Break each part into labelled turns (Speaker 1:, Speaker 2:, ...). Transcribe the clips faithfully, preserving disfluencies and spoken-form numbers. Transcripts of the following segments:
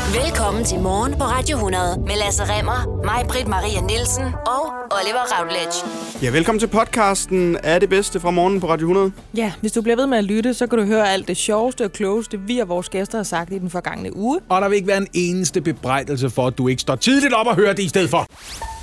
Speaker 1: Velkommen til Morgen på Radio hundrede med Lasse Remmer, mig, Britt Maria Nielsen og Oliver Routledge.
Speaker 2: Ja, velkommen til podcasten Er det bedste fra Morgen på Radio hundrede.
Speaker 3: Ja, hvis du bliver ved med at lytte, så kan du høre alt det sjoveste og klogeste, vi og vores gæster har sagt i den forgangne uge.
Speaker 4: Og der vil ikke være en eneste bebrejdelse for, at du ikke står tidligt op og hører det i stedet for.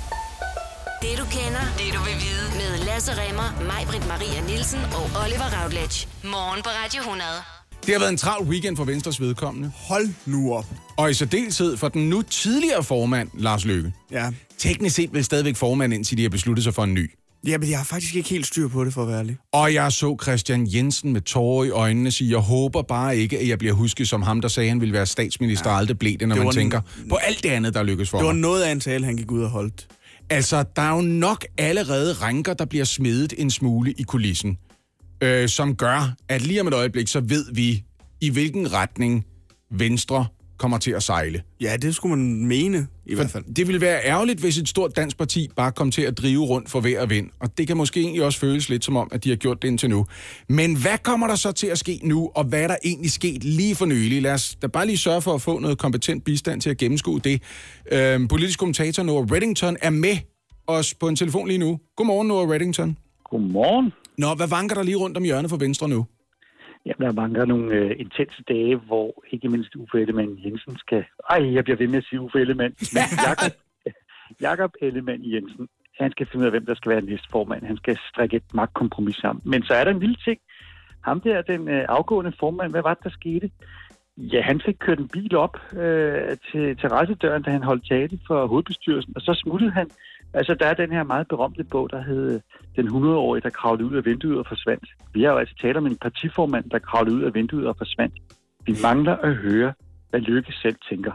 Speaker 1: Det du kender, det du vil vide med Lasse Remmer, mig, Britt Maria Nielsen og Oliver Routledge. Morgen på Radio hundrede.
Speaker 4: Det har været en travl weekend for Venstres vedkommende.
Speaker 2: Hold nu op.
Speaker 4: Og i særdeleshed for den nu tidligere formand, Lars Løkke.
Speaker 2: Ja.
Speaker 4: Teknisk set vil stadigvæk formand, indtil de har besluttet sig for en ny.
Speaker 2: Ja, men jeg har faktisk ikke helt styr på det, for at være ærlig.
Speaker 4: Og jeg så Christian Jensen med tårer i øjnene sige, jeg håber bare ikke, at jeg bliver husket som ham, der sagde, at han ville være statsminister, ja. og aldrig blev det, når det man tænker n- på alt det andet, der lykkes for
Speaker 2: Det var
Speaker 4: mig.
Speaker 2: noget af en tale, han gik ud og holdt.
Speaker 4: Altså, der er jo nok allerede ranker, der bliver smedet en smule i kulissen, øh, som gør, at lige om et øjeblik, så ved vi, i hvilken retning Venstre kommer til at sejle.
Speaker 2: Ja, det skulle man mene, i
Speaker 4: For
Speaker 2: hvert fald.
Speaker 4: det ville være ærgerligt, hvis et stort dansk parti bare kom til at drive rundt for vejr og vind. Og det kan måske egentlig også føles lidt som om, at de har gjort det indtil nu. Men hvad kommer der så til at ske nu, og hvad er der egentlig sket lige for nylig? Lad os da bare lige sørge for at få noget kompetent bistand til at gennemskue det. Øhm, politisk kommentator Noah Reddington er med os på en telefon lige nu. Godmorgen, Noah Reddington.
Speaker 5: Godmorgen.
Speaker 4: Nå, hvad vanker der lige rundt om hjørnet for Venstre nu?
Speaker 5: Jamen, der mangler nogle øh, intense dage, hvor ikke mindst Uffe Ellemann Jensen skal... Ej, jeg bliver ved med at sige Uffe Ellemann. Men Jakob, Jakob Ellemann Jensen, han skal finde ud af, hvem der skal være næstformand. Han skal strikke et magtkompromis sammen. Men så er der en lille ting. Ham der, den øh, afgående formand, hvad var det, der skete? Ja, han fik kørt en bil op øh, til terrassedøren, da han holdt tale for hovedbestyrelsen, og så smuttede han. Altså, der er den her meget berømte bog, der hed Den hundrede-årige, der kravlede ud af vinduet og forsvandt. Vi har jo altså talt om en partiformand, der kravlede ud af vinduet og forsvandt. Vi mangler at høre, hvad Løkke selv tænker.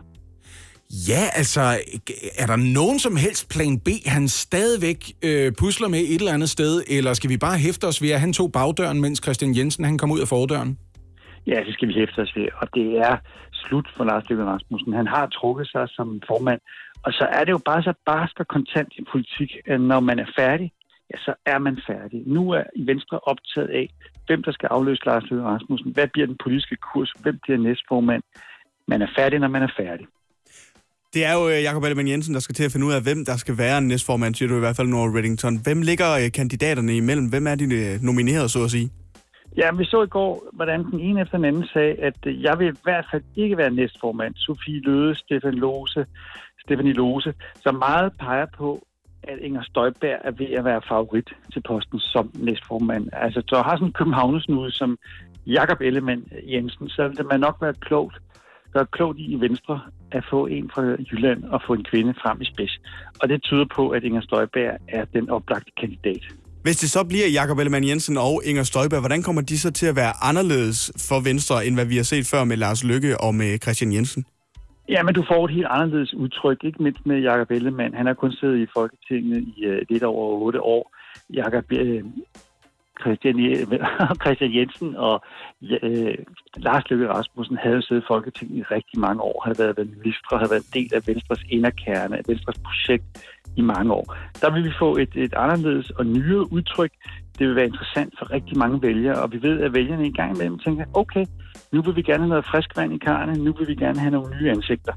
Speaker 4: Ja, altså, er der nogen som helst plan B, han stadigvæk øh, pusler med et eller andet sted, eller skal vi bare hæfte os ved, at han tog bagdøren, mens Christian Jensen han kom ud af fordøren?
Speaker 5: Ja, det skal vi hæfte os ved, og det er slut for Lars Løkke Rasmussen. Han har trukket sig som formand, og så er det jo bare så barsk og kontant i politik, at når man er færdig, ja, så er man færdig. Nu er i Venstre optaget af, hvem der skal afløse Lars Løkke Rasmussen. Hvad bliver den politiske kurs? Hvem bliver næstformand? Man er færdig, når man er færdig.
Speaker 2: Det er jo Jakob Ellemann Jensen, der skal til at finde ud af, hvem der skal være en næstformand, siger du i hvert fald, Noah Reddington. Hvem ligger kandidaterne imellem? Hvem er de nomineret, så at sige?
Speaker 5: Ja, vi så i går, hvordan den ene efter den anden sagde, at jeg vil i hvert fald ikke være næstformand. Sofie Løhde, Stefan Lose, Stefanie Lose, så meget peger på, at Inger Støjberg er ved at være favorit til posten som næstformand. Altså, så har sådan en københavnersnude som Jakob Ellemann Jensen, så vil det man nok være klogt, gøre klogt i Venstre at få en fra Jylland og få en kvinde frem i spids. Og det tyder på, at Inger Støjberg er den oplagte kandidat.
Speaker 2: Hvis det så bliver Jakob Ellemann Jensen og Inger Støjberg, hvordan kommer de så til at være anderledes for Venstre, end hvad vi har set før med Lars Løkke og med Christian Jensen?
Speaker 5: Ja, men du får et helt anderledes udtryk, ikke mindst med Jakob Ellemann. Han har kun siddet i Folketinget i uh, lidt over otte år. Jakob, uh, Christian, Christian Jensen og uh, Lars Løkke Rasmussen havde siddet i Folketinget i rigtig mange år. Han havde været minister, havde været en del af Venstres inderkerne, af Venstres projekt i mange år. Der vil vi få et, et anderledes og nyere udtryk. Det vil være interessant for rigtig mange vælgere, og vi ved, at vælgerne en gang imellem tænker, okay, nu vil vi gerne have noget frisk vand i karne, nu vil vi gerne have nogle nye ansigter.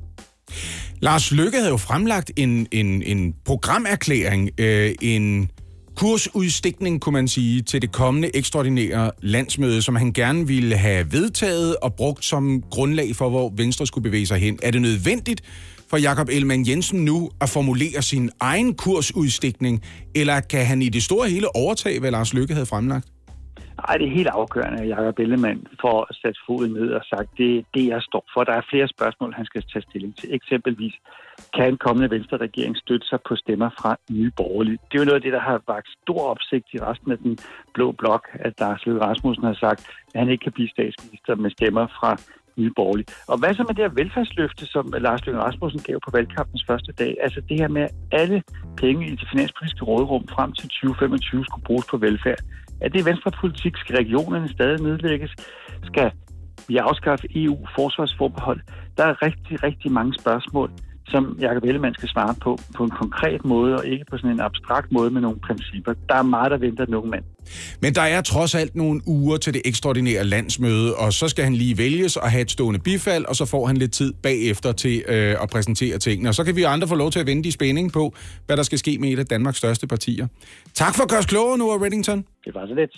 Speaker 4: Lars Løkke havde jo fremlagt en, en, en programerklæring, øh, en kursudstikning, kunne man sige, til det kommende ekstraordinære landsmøde, som han gerne ville have vedtaget og brugt som grundlag for, hvor Venstre skulle bevæge sig hen. Er det nødvendigt for Jakob Ellemann Jensen nu at formulere sin egen kursudstikning, eller kan han i det store hele overtage, hvad Lars Løkke havde fremlagt?
Speaker 5: Nej, det er helt afgørende, at Jakob Ellemann får sat foden ned og sagt, det er det, jeg står for. Der er flere spørgsmål, han skal tage stilling til. Eksempelvis, kan en kommende Venstre-regering støtte sig på stemmer fra Nye Borgerlige? Det er jo noget af det, der har vakt stor opsigt i resten af den blå blok, at Lars Løkke Rasmussen har sagt, at han ikke kan blive statsminister med stemmer fra Nye Borgerlige. Og hvad så med det her velfærdsløfte, som Lars Løkke Rasmussen gav på valgkampens første dag? Altså det her med, at alle penge i det finanspolitiske råderum frem til tyve femogtyve skulle bruges på velfærd. Er det venstrepolitik? Skal regionerne stadig nedlægges? Skal vi afskaffe E U-forsvarsforbehold? Der er rigtig, rigtig mange spørgsmål, som Jakob Ellemann skal svare på, på en konkret måde, og ikke på sådan en abstrakt måde med nogle principper. Der er meget, der venter den unge mand.
Speaker 4: Men der er trods alt nogle uger til det ekstraordinære landsmøde, og så skal han lige vælges og have et stående bifald, og så får han lidt tid bagefter til øh, at præsentere tingene. Og så kan vi andre få lov til at vente i spænding på, hvad der skal ske med et af Danmarks største partier. Tak for at gøre os klogere nu, Reddington.
Speaker 5: Det var så lidt.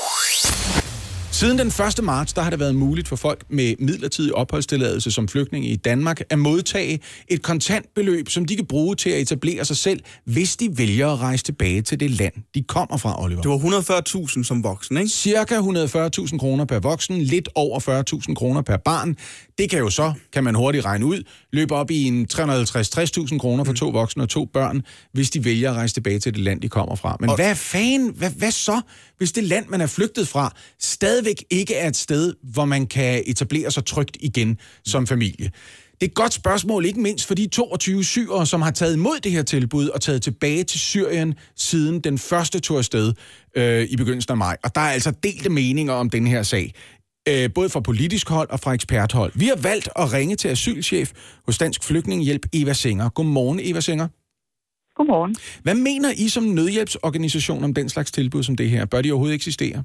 Speaker 4: Siden den første marts, der har det været muligt for folk med midlertidig opholdstilladelse som flygtninge i Danmark at modtage et kontantbeløb, som de kan bruge til at etablere sig selv, hvis de vælger at rejse tilbage til det land, de kommer fra, Oliver.
Speaker 2: Det var et hundrede og fyrre tusind som voksen, ikke?
Speaker 4: Cirka et hundrede og fyrre tusind kroner per voksen, lidt over fyrre tusind kroner per barn. Det kan jo så, kan man hurtigt regne ud, løbe op i en tre hundrede og halvtreds til tres tusind kroner for to voksne og to børn, hvis de vælger at rejse tilbage til det land, de kommer fra. Men og hvad fanden, hvad, hvad så, hvis det land, man er flygtet fra, stadigvæk ikke er et sted, hvor man kan etablere sig trygt igen som familie? Det er et godt spørgsmål, ikke mindst for de toogtyve syrere, som har taget imod det her tilbud og taget tilbage til Syrien siden den første tur afsted øh, i begyndelsen af maj. Og der er altså delte meninger om den her sag, øh, både fra politisk hold og fra eksperthold. Vi har valgt at ringe til asylchef hos Dansk Flygtningehjælp, Eva Singer. Godmorgen, Eva Singer.
Speaker 6: Godmorgen.
Speaker 4: Hvad mener I som nødhjælpsorganisation om den slags tilbud som det her? Bør de overhovedet eksistere?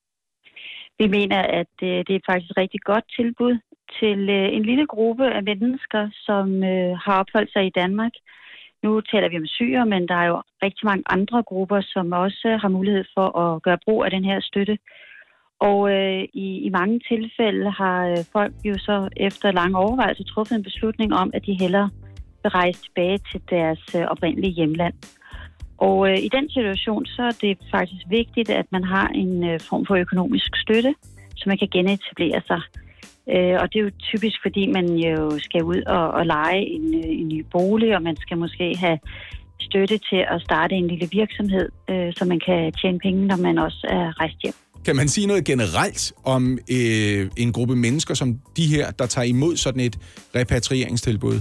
Speaker 6: Vi mener, at øh, det er faktisk et rigtig godt tilbud til øh, en lille gruppe af mennesker, som øh, har opholdt sig i Danmark. Nu taler vi om syrer, men der er jo rigtig mange andre grupper, som også har mulighed for at gøre brug af den her støtte. Og øh, i, i mange tilfælde har øh, folk jo så efter lange overvejelser truffet en beslutning om, at de hellere vil rejse tilbage til deres øh, oprindelige hjemland. Og øh, i den situation, så er det faktisk vigtigt, at man har en øh, form for økonomisk støtte, så man kan genetablere sig. Øh, og det er jo typisk, fordi man jo skal ud og, og leje en, øh, en ny bolig, og man skal måske have støtte til at starte en lille virksomhed, øh, så man kan tjene penge, når man også er rejst hjem.
Speaker 4: Kan man sige noget generelt om øh, en gruppe mennesker som de her, der tager imod sådan et repatrieringstilbud?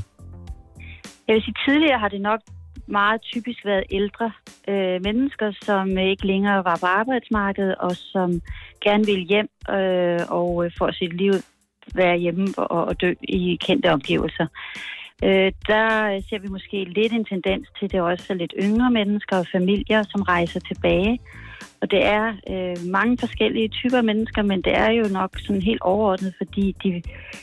Speaker 6: Jeg vil sige, tidligere har det nok meget typisk været ældre øh, mennesker, som ikke længere var på arbejdsmarkedet, og som gerne ville hjem øh, og for sit liv være hjemme og, og dø i kendte omgivelser. Øh, der ser vi måske lidt en tendens til, det også er lidt yngre mennesker og familier, som rejser tilbage. Og det er øh, mange forskellige typer mennesker, men det er jo nok sådan helt overordnet, fordi de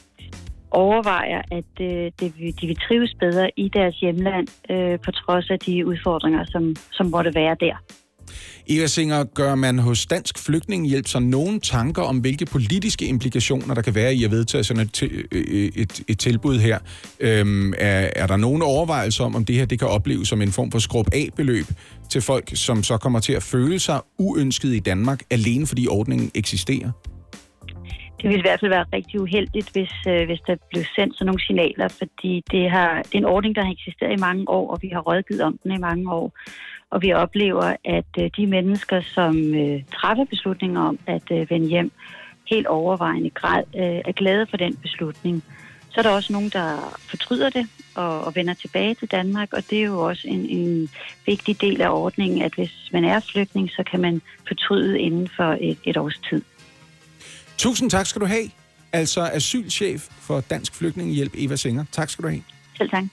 Speaker 6: overvejer, at øh, de vil trives bedre i deres hjemland, øh, på trods af de udfordringer, som, som måtte være der.
Speaker 4: Eva Singer, gør man hos Dansk Flygtningehjælp så nogle tanker om, hvilke politiske implikationer, der kan være i at vedtage sådan et, et, et tilbud her? Øhm, er, er der nogle overvejelser om, om det her det kan opleves som en form for skrub-af-beløb til folk, som så kommer til at føle sig uønsket i Danmark, alene fordi ordningen eksisterer?
Speaker 6: Det ville i hvert fald være rigtig uheldigt, hvis, øh, hvis der blev sendt sådan nogle signaler, fordi det, har, det er en ordning, der har eksisteret i mange år, og vi har rådgivet om den i mange år. Og vi oplever, at øh, de mennesker, som øh, træffer beslutninger om at øh, vende hjem, helt overvejende grad øh, er glade for den beslutning. Så er der også nogen, der fortryder det og, og vender tilbage til Danmark, og det er jo også en, en vigtig del af ordningen, at hvis man er flygtning, så kan man fortryde inden for et, et års tid.
Speaker 4: Tusind tak skal du have. Altså asylchef for Dansk Flygtningehjælp, Eva Singer. Tak skal du have.
Speaker 6: Selv tak.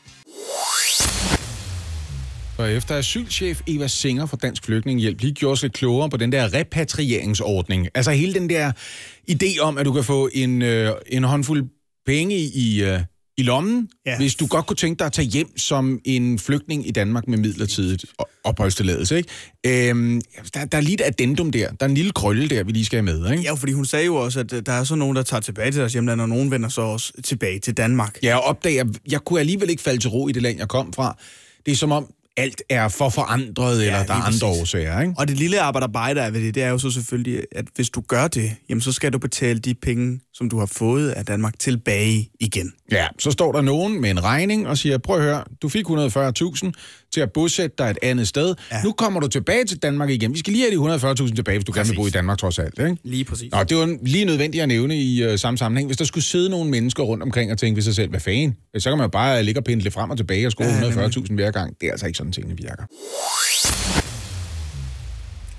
Speaker 4: Og efter asylchef Eva Singer fra Dansk Flygtningehjælp lige gjorde os lidt klogere på den der repatrieringsordning. Altså hele den der idé om, at du kan få en, øh, en håndfuld penge i, øh, i lommen, ja, hvis du godt kunne tænke dig at tage hjem som en flygtning i Danmark med midlertidigt opholdstilladelse, ikke? Øhm, der, der er lige et addendum der. Der er en lille krølle der, vi lige skal have med, ikke?
Speaker 2: Ja, fordi hun sagde jo også, at der er så nogen, der tager tilbage til deres hjemland, og nogen vender så også tilbage til Danmark.
Speaker 4: Ja, og opdager, jeg kunne alligevel ikke falde til ro i det land, jeg kom fra. Det er som om, alt er for forandret, ja, eller der er andre årsager, ikke?
Speaker 2: Og det lille arbejde, der er ved det, det er jo så selvfølgelig, at hvis du gør det, jamen så skal du betale de penge, som du har fået af Danmark, tilbage igen.
Speaker 4: Ja, så står der nogen med en regning og siger, prøv at høre, du fik et hundrede og fyrre tusind til at bosætte dig et andet sted. Ja. Nu kommer du tilbage til Danmark igen. Vi skal lige have de et hundrede og fyrre tusind tilbage, hvis du præcis. Gerne vil bo i Danmark trods alt, ikke?
Speaker 2: Lige præcis.
Speaker 4: Nå, det var lige nødvendigt at nævne i uh, samme sammenhæng. Hvis der skulle sidde nogle mennesker rundt omkring og tænke ved sig selv, hvad fanden? Så kan man jo bare ligge og pendle frem og tilbage og score ja, et hundrede og fyrre tusind hver gang. Det er altså ikke sådan, tingene virker.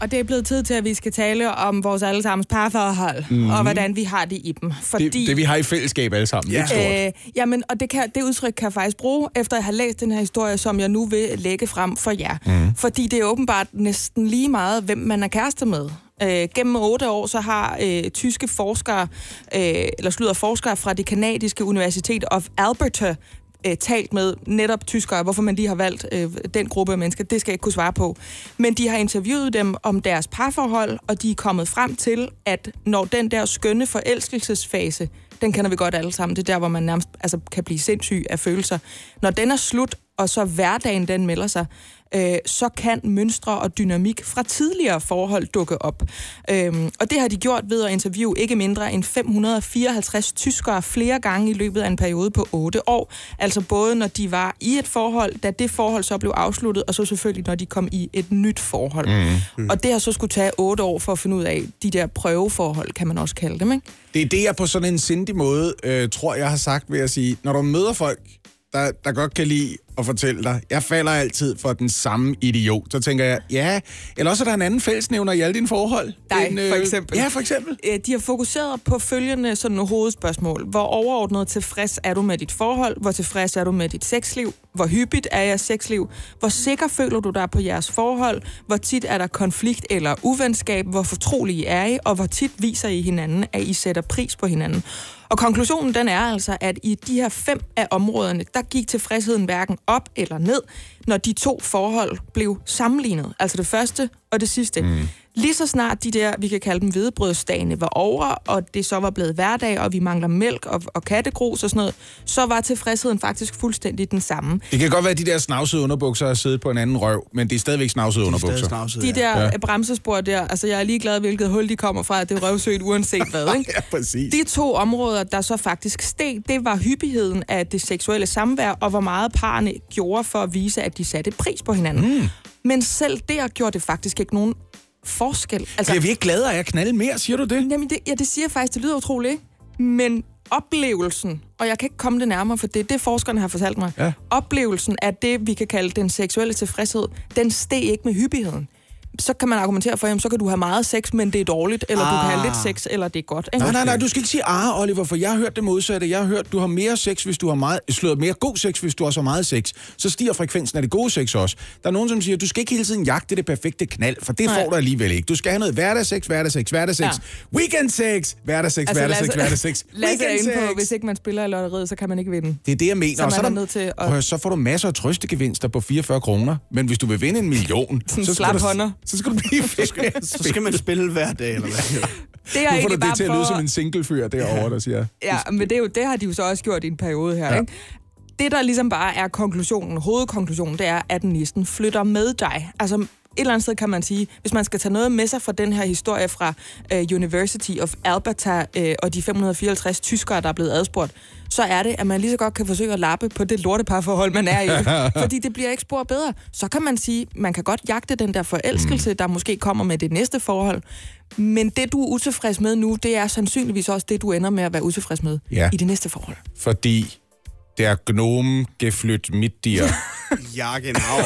Speaker 3: og det er blevet tid til, at vi skal tale om vores allesammens parforhold, mm. og hvordan vi har det i dem. Fordi,
Speaker 4: det, det vi har i fællesskab alle sammen,
Speaker 2: ja.
Speaker 4: ikke stort.
Speaker 3: Øh, jamen, og det, kan, det udtryk kan jeg faktisk bruge, efter jeg har læst den her historie, som jeg nu vil lægge frem for jer. Mm. Fordi det er åbenbart næsten lige meget, hvem man er kæreste med. Øh, gennem otte år, så har øh, tyske forskere, øh, eller slutter forskere fra det kanadiske Universitet of Alberta, øh, talt med netop tyskere, hvorfor man lige har valgt øh, den gruppe af mennesker, det skal jeg ikke kunne svare på. Men de har interviewet dem om deres parforhold, og de er kommet frem til, at når den der skønne forelskelsesfase, den kender vi godt alle sammen, det er der, hvor man nærmest altså, kan blive sindssyg af følelser. Når den er slut, og så hverdagen den melder sig, øh, så kan mønstre og dynamik fra tidligere forhold dukke op. Øhm, og det har de gjort ved at interviewe ikke mindre end fem hundrede og fireoghalvtreds tyskere flere gange i løbet af en periode på otte år. Altså både når de var i et forhold, da det forhold så blev afsluttet, og så selvfølgelig når de kom i et nyt forhold. Mm. Mm. Og det har så skulle tage otte år for at finde ud af de der prøveforhold, kan man også kalde dem, ikke?
Speaker 4: Det er det, jeg på sådan en sindig måde, øh, tror jeg har sagt ved at sige, når du møder folk, der, der godt kan lide at fortælle dig, jeg falder altid for den samme idiot. Så tænker jeg, ja, eller også er der en anden fællesnævner i alle dine forhold.
Speaker 3: Nej,
Speaker 4: en, øh,
Speaker 3: for eksempel.
Speaker 4: Ja, for eksempel.
Speaker 3: De har fokuseret på følgende sådan nogle hovedspørgsmål. Hvor overordnet tilfreds er du med dit forhold? Hvor tilfreds er du med dit sexliv? Hvor hyppigt er jeres sexliv? Hvor sikker føler du dig på jeres forhold? Hvor tit er der konflikt eller uvenskab? Hvor fortrolige er I? Og hvor tit viser I hinanden, at I sætter pris på hinanden? Og konklusionen den er altså, at i de her fem af områderne, der gik tilfredsheden hverken op eller ned, når de to forhold blev sammenlignet. Altså det første og det sidste. Mm. Lige så snart de der, vi kan kalde dem hvedebrødsdagene, var over, og det så var blevet hverdag, og vi mangler mælk og, og kattegrus og sådan noget, så var tilfredsheden faktisk fuldstændig den samme.
Speaker 4: Det kan godt være, at de der snavsede underbukser har siddet på en anden røv, men det er stadigvæk snavsede underbukser.
Speaker 2: Snavsede,
Speaker 3: de der
Speaker 4: ja.
Speaker 3: bremsespor der, altså jeg er ligeglad, hvilket hul de kommer fra, at det er røvsøgt uanset hvad, ikke?
Speaker 4: Ja, præcis.
Speaker 3: De to områder, der så faktisk steg, det var hyppigheden af det seksuelle samvær, og hvor meget parerne gjorde for at vise, at de satte pris på hinanden. Mm. Men selv der gjorde det faktisk ikke nogen forskel. Altså,
Speaker 4: Bliver vi ikke gladere af at knalde mere, siger du det?
Speaker 3: Jamen det, ja, det siger jeg faktisk, det lyder utroligt, ikke? Men oplevelsen, og jeg kan ikke komme det nærmere, for det er det, forskerne har fortalt mig, ja. Oplevelsen af det, vi kan kalde den seksuelle tilfredshed, den steg ikke med hyppigheden. Så kan man argumentere for, at så kan du have meget sex, men det er dårligt, eller ah. du kan have lidt sex, eller det er godt. Ikke?
Speaker 4: Nej, nej, nej, du skal ikke sige ah, Oliver, for jeg har hørt det modsatte. Jeg har hørt, at du har mere sex, hvis du har meget, slået mere god sex, hvis du har så meget sex. Så stiger frekvensen af det gode sex også. Der er nogen, som siger, at du skal ikke hele tiden jagte det perfekte knald, for det nej. Får du alligevel ikke. Du skal have noget hverdagssex, hverdagssex, hverdagssex, ja. Weekendsex, hverdagssex, altså, hverdagssex, hverdagssex,
Speaker 3: weekendsex. På, hvis ikke man spiller i lotteriet, så kan man ikke vinde.
Speaker 4: Det er det, jeg mener. Så, og så, er der, nødt til at... prøv, så får du masser af trøstegevinster på fireogfyrre kroner, men hvis du vil vinde en million, så skal, du, så skal du blive
Speaker 2: Så skal, så skal man spille hver dag, eller hvad?
Speaker 3: Det er
Speaker 4: nu får du
Speaker 3: det
Speaker 4: til
Speaker 3: for...
Speaker 4: at lyde som en singlefyr derovre, der siger...
Speaker 3: Ja, men det, er jo, det har de jo så også gjort i en periode her, ja. Ikke? Det, der ligesom bare er konklusionen, hovedkonklusionen, det er, at nissen flytter med dig. Altså, et eller andet sted kan man sige, hvis man skal tage noget med sig fra den her historie fra uh, University of Alberta uh, og de fem hundrede og fireoghalvtreds tyskere, der er blevet adspurgt, så er det, at man lige så godt kan forsøge at lappe på det lorteparforhold, man er i. Fordi det bliver ikke spor bedre. Så kan man sige, man kan godt jagte den der forelskelse, mm. der måske kommer med det næste forhold. Men det, du er utilfreds med nu, det er sandsynligvis også det, du ender med at være utilfreds med ja. I det næste forhold.
Speaker 4: Fordi der Gnome geflyt mit dir.
Speaker 2: Ja, genau.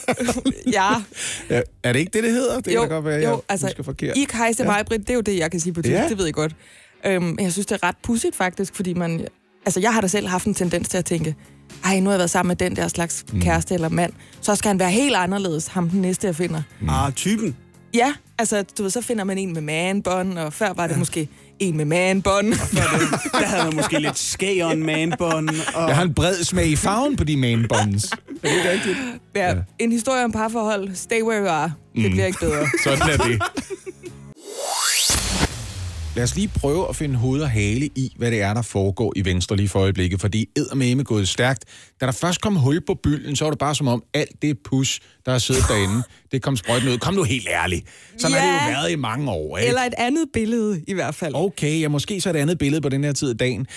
Speaker 3: ja.
Speaker 4: ja. Er det ikke det, det hedder? Det
Speaker 3: jo,
Speaker 4: kan godt være, jeg
Speaker 3: jo, altså,
Speaker 4: husker forkert.
Speaker 3: I hejse mig, Britt, det er jo det, jeg kan sige på tysk, ja. Det ved jeg godt. Um, jeg synes, det er ret pudsigt faktisk, fordi man... Altså, jeg har da selv haft en tendens til at tænke, ej, nu har jeg været sammen med den der slags mm. kæreste eller mand, så skal han være helt anderledes, ham den næste, jeg finder.
Speaker 2: Mm. Ah, typen?
Speaker 3: Ja, altså, du ved, så finder man en med man-bånd, og før var det ja. Måske en med man-bånd. Og før det,
Speaker 2: der havde man måske lidt skæren man-bånd. Og...
Speaker 4: Jeg har en bred smag i farven på de man-bånds. Er det rigtigt?
Speaker 3: Ja, ja, en historie om parforhold. Stay where you are. Det mm. bliver ikke bedre.
Speaker 4: Sådan er det. Lad os lige prøve at finde hoved og hale i, hvad det er, der foregår i Venstre lige for øjeblikket, fordi eddermame gået stærkt. Da der først kom hul på bylden, så var det bare som om, alt det pus, der har siddet derinde, det kom sprøjten ud. Kom nu helt ærligt. Sådan ja, har det jo været i mange år, ikke?
Speaker 3: Eller et andet billede i hvert fald.
Speaker 4: Okay, ja, måske så et andet billede på den her tid af dagen.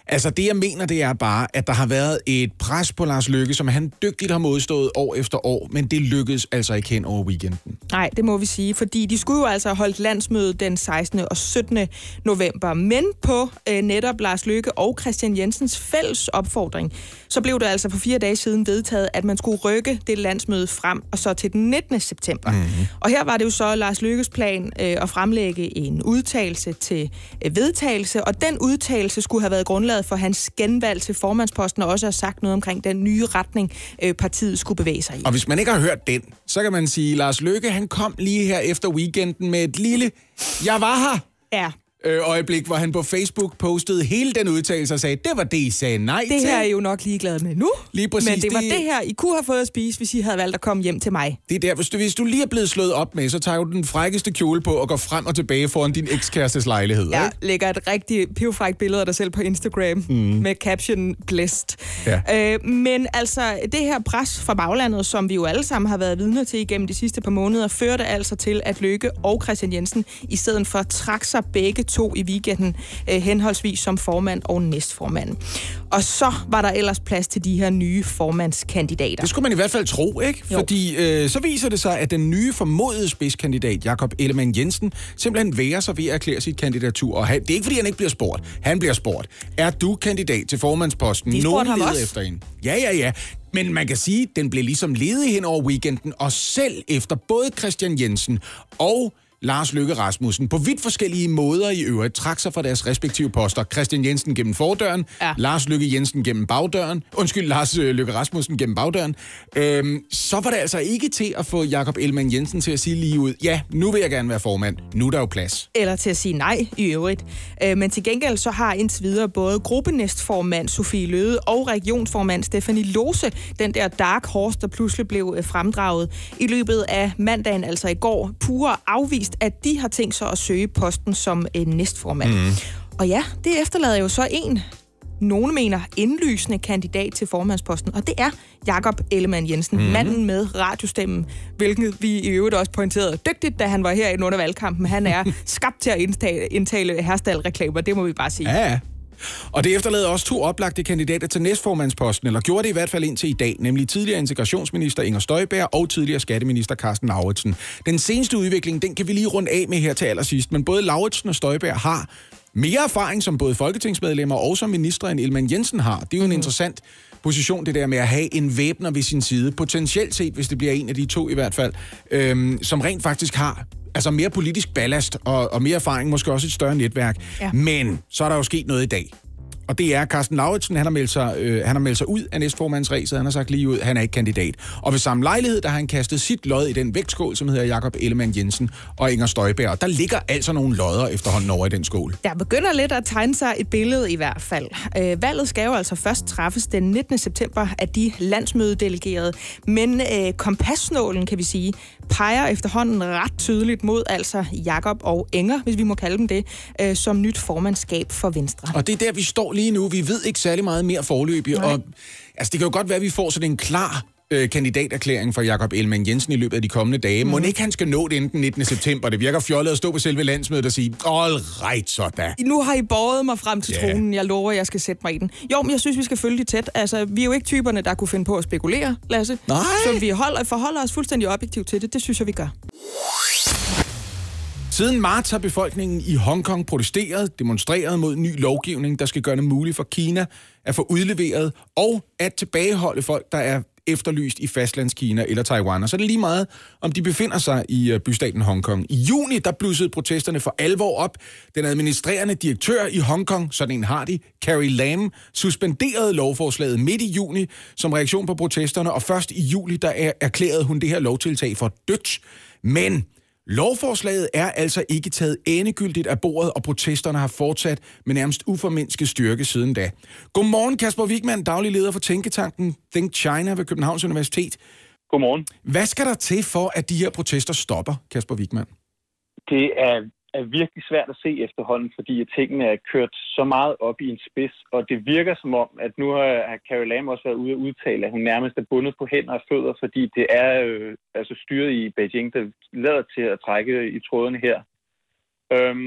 Speaker 4: Altså det, jeg mener, det er bare, at der har været et pres på Lars Løkke, som han dygtigt har modstået år efter år, men det lykkedes altså ikke hen over weekenden.
Speaker 3: Nej, det må vi sige, fordi de skulle jo altså have holdt landsmøde den sekstende og syttende november, men på øh, netop Lars Løkke og Kristian Jensens fælles opfordring, så blev det altså for fire dage siden vedtaget, at man skulle rykke det landsmøde frem, og så til den nittende september. Mm-hmm. Og her var det jo så Lars Løkkes plan øh, at fremlægge en udtalelse til øh, vedtagelse, og den udtalelse skulle have været grundlaget for hans genvalg til formandsposten, og også have sagt noget omkring den nye retning, øh, partiet skulle bevæge sig i.
Speaker 4: Og hvis man ikke har hørt den, så kan man sige, at Lars Løkke, han kom lige her efter weekenden med et lille, jeg var her,
Speaker 3: ja.
Speaker 4: øh, øjeblik, hvor han på Facebook postede hele den udtalelse og sagde, det var det, I sagde nej
Speaker 3: det
Speaker 4: til.
Speaker 3: Det her er I jo nok ligeglade med nu,
Speaker 4: lige præcis,
Speaker 3: men det var det... det her, I kunne have fået at spise, hvis I havde valgt at komme hjem til mig.
Speaker 4: Det er der, hvis du, hvis du lige er blevet slået op med, så tager du den frækkeste kjole på og går frem og tilbage foran din ekskærestes lejlighed.
Speaker 3: Ja,
Speaker 4: ikke?
Speaker 3: lægger et rigtig pivfrækt billede af dig selv på Instagram mm. med caption blessed. Ja. Øh, men altså, det her pres fra baglandet, som vi jo alle sammen har været vidner til igennem de sidste par måneder, førte altså til, at Løkke og Kristian Jensen i stedet for trak sig begge to i weekenden, øh, henholdsvis som formand og næstformand. Og så var der ellers plads til de her nye formandskandidater.
Speaker 4: Det skulle man i hvert fald tro, ikke? Jo. Fordi øh, så viser det sig, at den nye formodede spidskandidat, Jakob Ellemann-Jensen, simpelthen værer sig ved at erklære sit kandidatur. Og han, det er ikke, fordi han ikke bliver spurgt. Han bliver spurgt. Er du kandidat til formandsposten?
Speaker 3: De spurgte ham også.
Speaker 4: Efter en. Ja, ja, ja. Men man kan sige, at den blev ligesom ledig hen over weekenden, og selv efter både Kristian Jensen og Lars Løkke Rasmussen på vidt forskellige måder i øvrigt trak sig fra deres respektive poster. Kristian Jensen gennem fordøren, ja. Lars Løkke Jensen gennem bagdøren, undskyld, Lars Løkke Rasmussen gennem bagdøren. Øhm, så var det altså ikke til at få Jakob Ellemann-Jensen til at sige lige ud, ja, nu vil jeg gerne være formand, nu er der jo plads.
Speaker 3: Eller til at sige nej i øvrigt. Øh, men til gengæld så har indtil videre både gruppenæstformand Sofie Løhde og regionsformand Stephanie Lose, den der dark horse, der pludselig blev fremdraget i løbet af mandagen, altså i går, pure afvist, at de har tænkt sig at søge posten som en næstformand. Mm. Og ja, det efterlader jo så en, nogen mener, indlysende kandidat til formandsposten, og det er Jakob Ellemann-Jensen, mm. manden med radiostemmen, hvilket vi i øvrigt også pointerede dygtigt, da han var herinde under valgkampen. Han er skabt til at indtale, indtale Herstal-reklamer, det må vi bare sige.
Speaker 4: Ja, og det efterlader også to oplagte kandidater til næstformandsposten, eller gjorde det i hvert fald indtil i dag, nemlig tidligere integrationsminister Inger Støjberg og tidligere skatteminister Karsten Lauritzen. Den seneste udvikling, den kan vi lige runde af med her til allersidst, men både Lauritzen og Støjberg har mere erfaring som både folketingsmedlemmer og som minister, end Ellemann-Jensen har. Det er jo en mm. interessant position, det der med at have en væbner ved sin side, potentielt set, hvis det bliver en af de to i hvert fald, øhm, som rent faktisk har altså mere politisk ballast og, og mere erfaring, måske også et større netværk. Ja. Men så er der jo sket noget i dag. Og det er Karsten Lauritzen, han har meldt sig, øh, han har meldt sig ud af næstformandsræset. Han har sagt lige ud, han er ikke kandidat. Og ved samme lejlighed, der har han kastet sit lod i den vægtskål, som hedder Jakob Ellemann-Jensen og Inger Støjberg. Og der ligger altså nogle lodder efterhånden over i den skål.
Speaker 3: Der begynder lidt at tegne sig et billede i hvert fald. Øh, valget skal jo altså først træffes den nittende september af de landsmødedelegerede. Men øh, kompasnålen, kan vi sige, peger efterhånden ret tydeligt mod altså Jakob og Inger, hvis vi må kalde dem det, øh, som nyt formandskab for Venstre.
Speaker 4: Og det er der, vi står lige nu. Vi ved ikke særlig meget mere foreløbig. Og altså, det kan jo godt være, at vi får sådan en klar øh, kandidaterklæring fra Jakob Ellemann-Jensen i løbet af de kommende dage. Mm. Må ikke han skal nå det inden den nittende september? Det virker fjollet at stå på selve landsmødet og sige, all right, så da.
Speaker 3: Nu har I båret mig frem til yeah. tronen. Jeg lover, jeg skal sætte mig i den. Jo, men jeg synes, vi skal følge det tæt. Altså, vi er jo ikke typerne, der kunne finde på at spekulere, Lasse.
Speaker 4: Nej.
Speaker 3: Så vi holder, forholder os fuldstændig objektivt til det. Det synes jeg, vi gør.
Speaker 4: Siden marts har befolkningen i Hongkong protesteret, demonstreret mod ny lovgivning, der skal gøre det muligt for Kina at få udleveret og at tilbageholde folk, der er efterlyst i fastlandskina eller Taiwan. Og så er det lige meget, om de befinder sig i bystaten Hongkong. I juni, der blussede protesterne for alvor op. Den administrerende direktør i Hongkong, sådan en har de, Carrie Lam, suspenderede lovforslaget midt i juni som reaktion på protesterne, og først i juli, der erklærede hun det her lovtiltag for dødt. Men lovforslaget er altså ikke taget endegyldigt af bordet, og protesterne har fortsat med nærmest uformindsket styrke siden da. Godmorgen, Kasper Wigman, daglig leder for tænketanken Think China ved Københavns Universitet.
Speaker 7: Godmorgen.
Speaker 4: Hvad skal der til for, at de her protester stopper, Kasper Wigman?
Speaker 7: Det er, er virkelig svært at se efterhånden, fordi tingene er kørt så meget op i en spids, og det virker som om, at nu har Carrie Lam også været ude at udtale, at hun nærmest er bundet på hænder og fødder, fordi det er øh, altså styret i Beijing, der lader til at trække i trådene her. Øhm,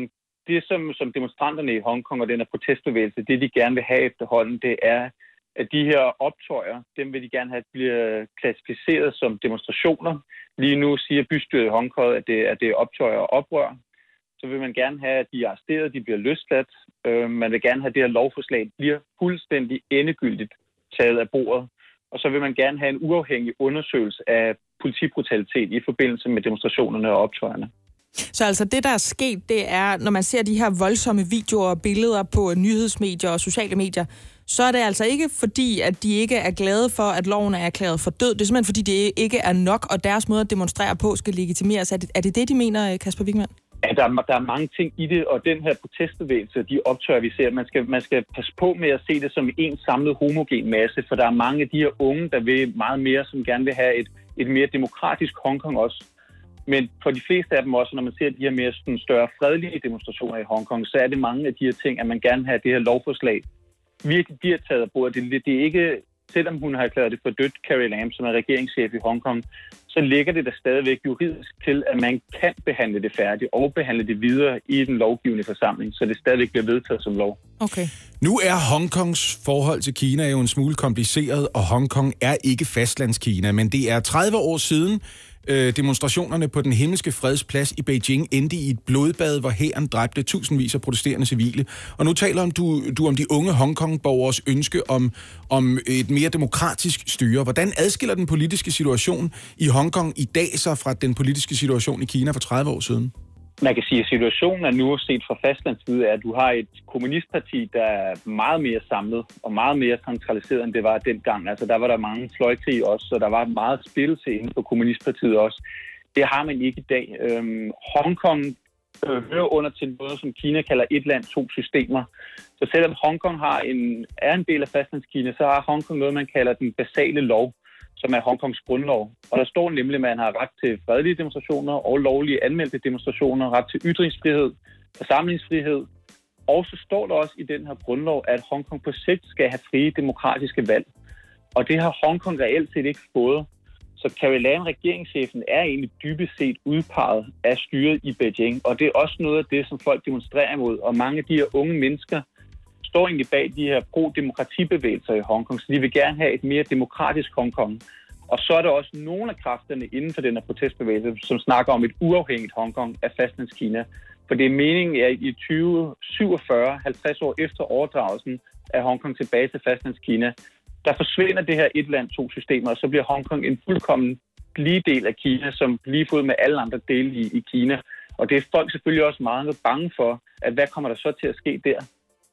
Speaker 7: det, som, som demonstranterne i Hongkong og den her protestbevægelse, det de gerne vil have efterhånden, det er, at de her optøjer, dem vil de gerne have, bliver klassificeret som demonstrationer. Lige nu siger bystyret i Hongkong, at det, at det er optøjer og oprør. Så vil man gerne have, at de er arresteret, de bliver løsladt. Øh, man vil gerne have, at det her lovforslag bliver fuldstændig endegyldigt taget af bordet. Og så vil man gerne have en uafhængig undersøgelse af politibrutalitet i forbindelse med demonstrationerne og optøjerne.
Speaker 3: Så altså det, der er sket, det er, når man ser de her voldsomme videoer og billeder på nyhedsmedier og sociale medier, så er det altså ikke fordi, at de ikke er glade for, at loven er erklæret for død. Det er simpelthen fordi, det ikke er nok, og deres måde at demonstrere på skal legitimeres. Er det er det, det, de mener, Kasper Wichmann?
Speaker 7: Ja, der er, der er mange ting i det, og den her protestbevægelse, de optøjer, vi ser, man skal, man skal passe på med at se det som en samlet homogen masse, for der er mange af de her unge, der vil meget mere, som gerne vil have et, et mere demokratisk Hongkong også. Men for de fleste af dem også, når man ser de her mere sådan større fredelige demonstrationer i Hongkong, så er det mange af de her ting, at man gerne vil have det her lovforslag virkelig bliver taget af bordet. Det, det er ikke, selvom hun har erklæret det for dødt, Carrie Lam, som er regeringschef i Hongkong, så ligger det der stadigvæk juridisk til, at man kan behandle det færdigt og behandle det videre i den lovgivende forsamling, så det stadigvæk bliver vedtaget som lov.
Speaker 3: Okay.
Speaker 4: Nu er Hongkongs forhold til Kina jo en smule kompliceret, og Hongkong er ikke fastlandskina, men det er tredive år siden, demonstrationerne på den himmelske fredsplads i Beijing endte i et blodbad, hvor hæren dræbte tusindvis af protesterende civile. Og nu taler om, du, du om de unge Hongkong-borgers ønske om, om et mere demokratisk styre. Hvordan adskiller den politiske situation i Hongkong i dag så fra den politiske situation i Kina for tredive år siden?
Speaker 7: Man kan sige, at situationen er nu set fra fastlandsside, at du har et kommunistparti, der er meget mere samlet og meget mere centraliseret, end det var dengang. Altså der var der mange fløjkrig også, så der var meget splittelse inden for kommunistpartiet også. Det har man ikke i dag. Øhm, Hongkong øh, hører under til noget, som Kina kalder et land, to systemer. Så selvom Hongkong har en, er en del af fastlandskina, så har Hongkong noget, man kalder den basale lov, som er Hongkongs grundlov. Og der står nemlig, at man har ret til fredelige demonstrationer og lovlige anmeldte demonstrationer, ret til ytringsfrihed, forsamlingsfrihed. Og så står der også i den her grundlov, at Hongkong på sigt skal have frie demokratiske valg. Og det har Hongkong reelt set ikke fået. Så Carrie Lam, regeringschefen, er egentlig dybest set udpeget af styret i Beijing. Og det er også noget af det, som folk demonstrerer imod. Og mange af de her unge mennesker står egentlig bag de her pro-demokratibevægelser i Hongkong, så de vil gerne have et mere demokratisk Hongkong. Og så er der også nogle af kræfterne inden for den her protestbevægelse, som snakker om et uafhængigt Hongkong af fastlandskina. For det er meningen, at i tyve syvogfyrre, halvtreds år efter overdragelsen af Hongkong tilbage til fastlandskina, der forsvinder det her et land, to systemer, og så bliver Hongkong en fuldkommen lige del af Kina, som lige fod med alle andre dele i, i Kina. Og det er folk selvfølgelig også meget bange for, at hvad kommer der så til at ske der?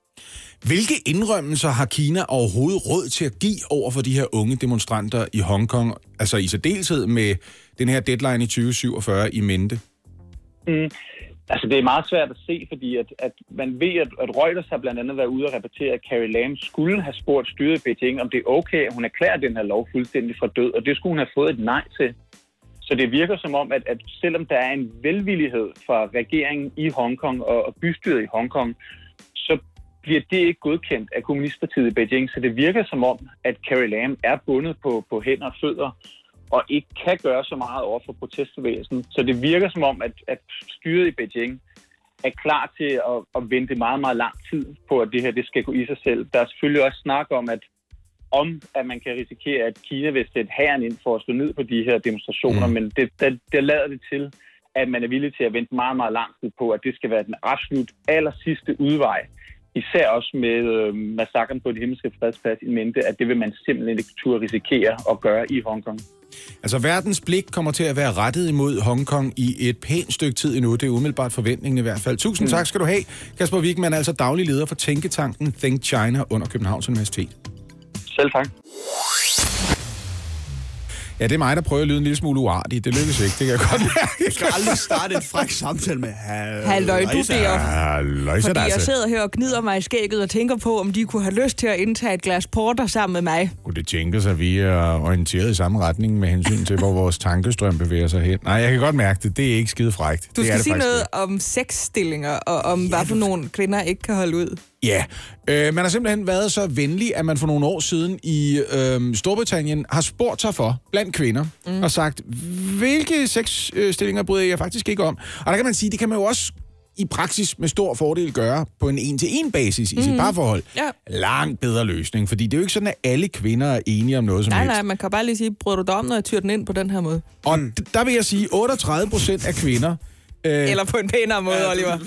Speaker 4: Hvilke indrømmelser har Kina overhovedet råd til at give over for de her unge demonstranter i Hongkong, altså i særdeleshed med den her deadline i tyve syvogfyrre i mente?
Speaker 7: Mm. Altså det er meget svært at se, fordi at, at man ved, at, at Reuters har blandt andet været ude og rapportere, at Carrie Lam skulle have spurgt styret i Beijing, om det er okay, at hun erklærer den her lov fuldstændig fra død, og det skulle hun have fået et nej til. Så det virker som om, at, at selvom der er en velvillighed fra regeringen i Hongkong og, og bystyret i Hongkong, så bliver det ikke godkendt af kommunistpartiet i Beijing. Så det virker som om, at Carrie Lam er bundet på, på hænder og fødder, og ikke kan gøre så meget over for protestbevægelsen. Så det virker som om, at, at styret i Beijing er klar til at, at vente meget, meget lang tid på, at det her det skal gå i sig selv. Der er selvfølgelig også snak om, at om at man kan risikere, at Kina vil sætte hæren ind for at slå ned på de her demonstrationer, mm. men det, det, det lader det til, at man er villig til at vente meget, meget lang tid på, at det skal være den absolut aller sidste udvej. Især også med øh, massakren på det himmelske fredsplads i mente, at det vil man simpelthen ikke turde risikere at gøre i Hongkong.
Speaker 4: Altså verdens blik kommer til at være rettet imod Hongkong i et pænt stykke tid endnu. Det er umiddelbart forventningen i hvert fald. Tusind mm. tak skal du have, Kasper Wichmann, altså daglig leder for tænketanken Think China under Københavns Universitet.
Speaker 7: Selv tak.
Speaker 4: Ja, det er mig, der prøver at lyde en lille smule uartig. Det lykkes ikke, det kan jeg godt mærke.
Speaker 2: Jeg skal aldrig starte en fræk samtale med
Speaker 3: Halløj, du der.
Speaker 4: Halløj,
Speaker 3: Fordi jeg sidder her og gnider mig i skægget og tænker på, om de kunne have lyst til at indtage et glas porter sammen med mig.
Speaker 4: Kunne det tænke sig, at vi er orienteret i samme retning med hensyn til, hvor vores tankestrøm bevæger sig hen? Nej, jeg kan godt mærke det. Det er ikke skide frækt.
Speaker 3: Du
Speaker 4: det
Speaker 3: skal
Speaker 4: det
Speaker 3: sige noget ikke. Om sexstillinger, og om ja, hvad for nogle kvinder ikke kan holde ud.
Speaker 4: Ja, øh, man har simpelthen været så venlig, at man for nogle år siden i øh, Storbritannien har spurgt sig for blandt kvinder mm. og sagt, hvilke sexstillinger bryder jeg faktisk ikke om? Og der kan man sige, det kan man jo også i praksis med stor fordel gøre på en en-til-en basis i mm. sit parforhold.
Speaker 3: Ja.
Speaker 4: Langt bedre løsning, fordi det er jo ikke sådan, at alle kvinder er enige om noget som
Speaker 3: Nej,
Speaker 4: helst.
Speaker 3: nej, man kan bare lige sige, bryder du dig om, når jeg tyrer den ind på den her måde?
Speaker 4: Og d- der vil jeg sige, otteogtredive procent af kvinder... Øh,
Speaker 3: Eller på en pænere måde, ja, Oliver.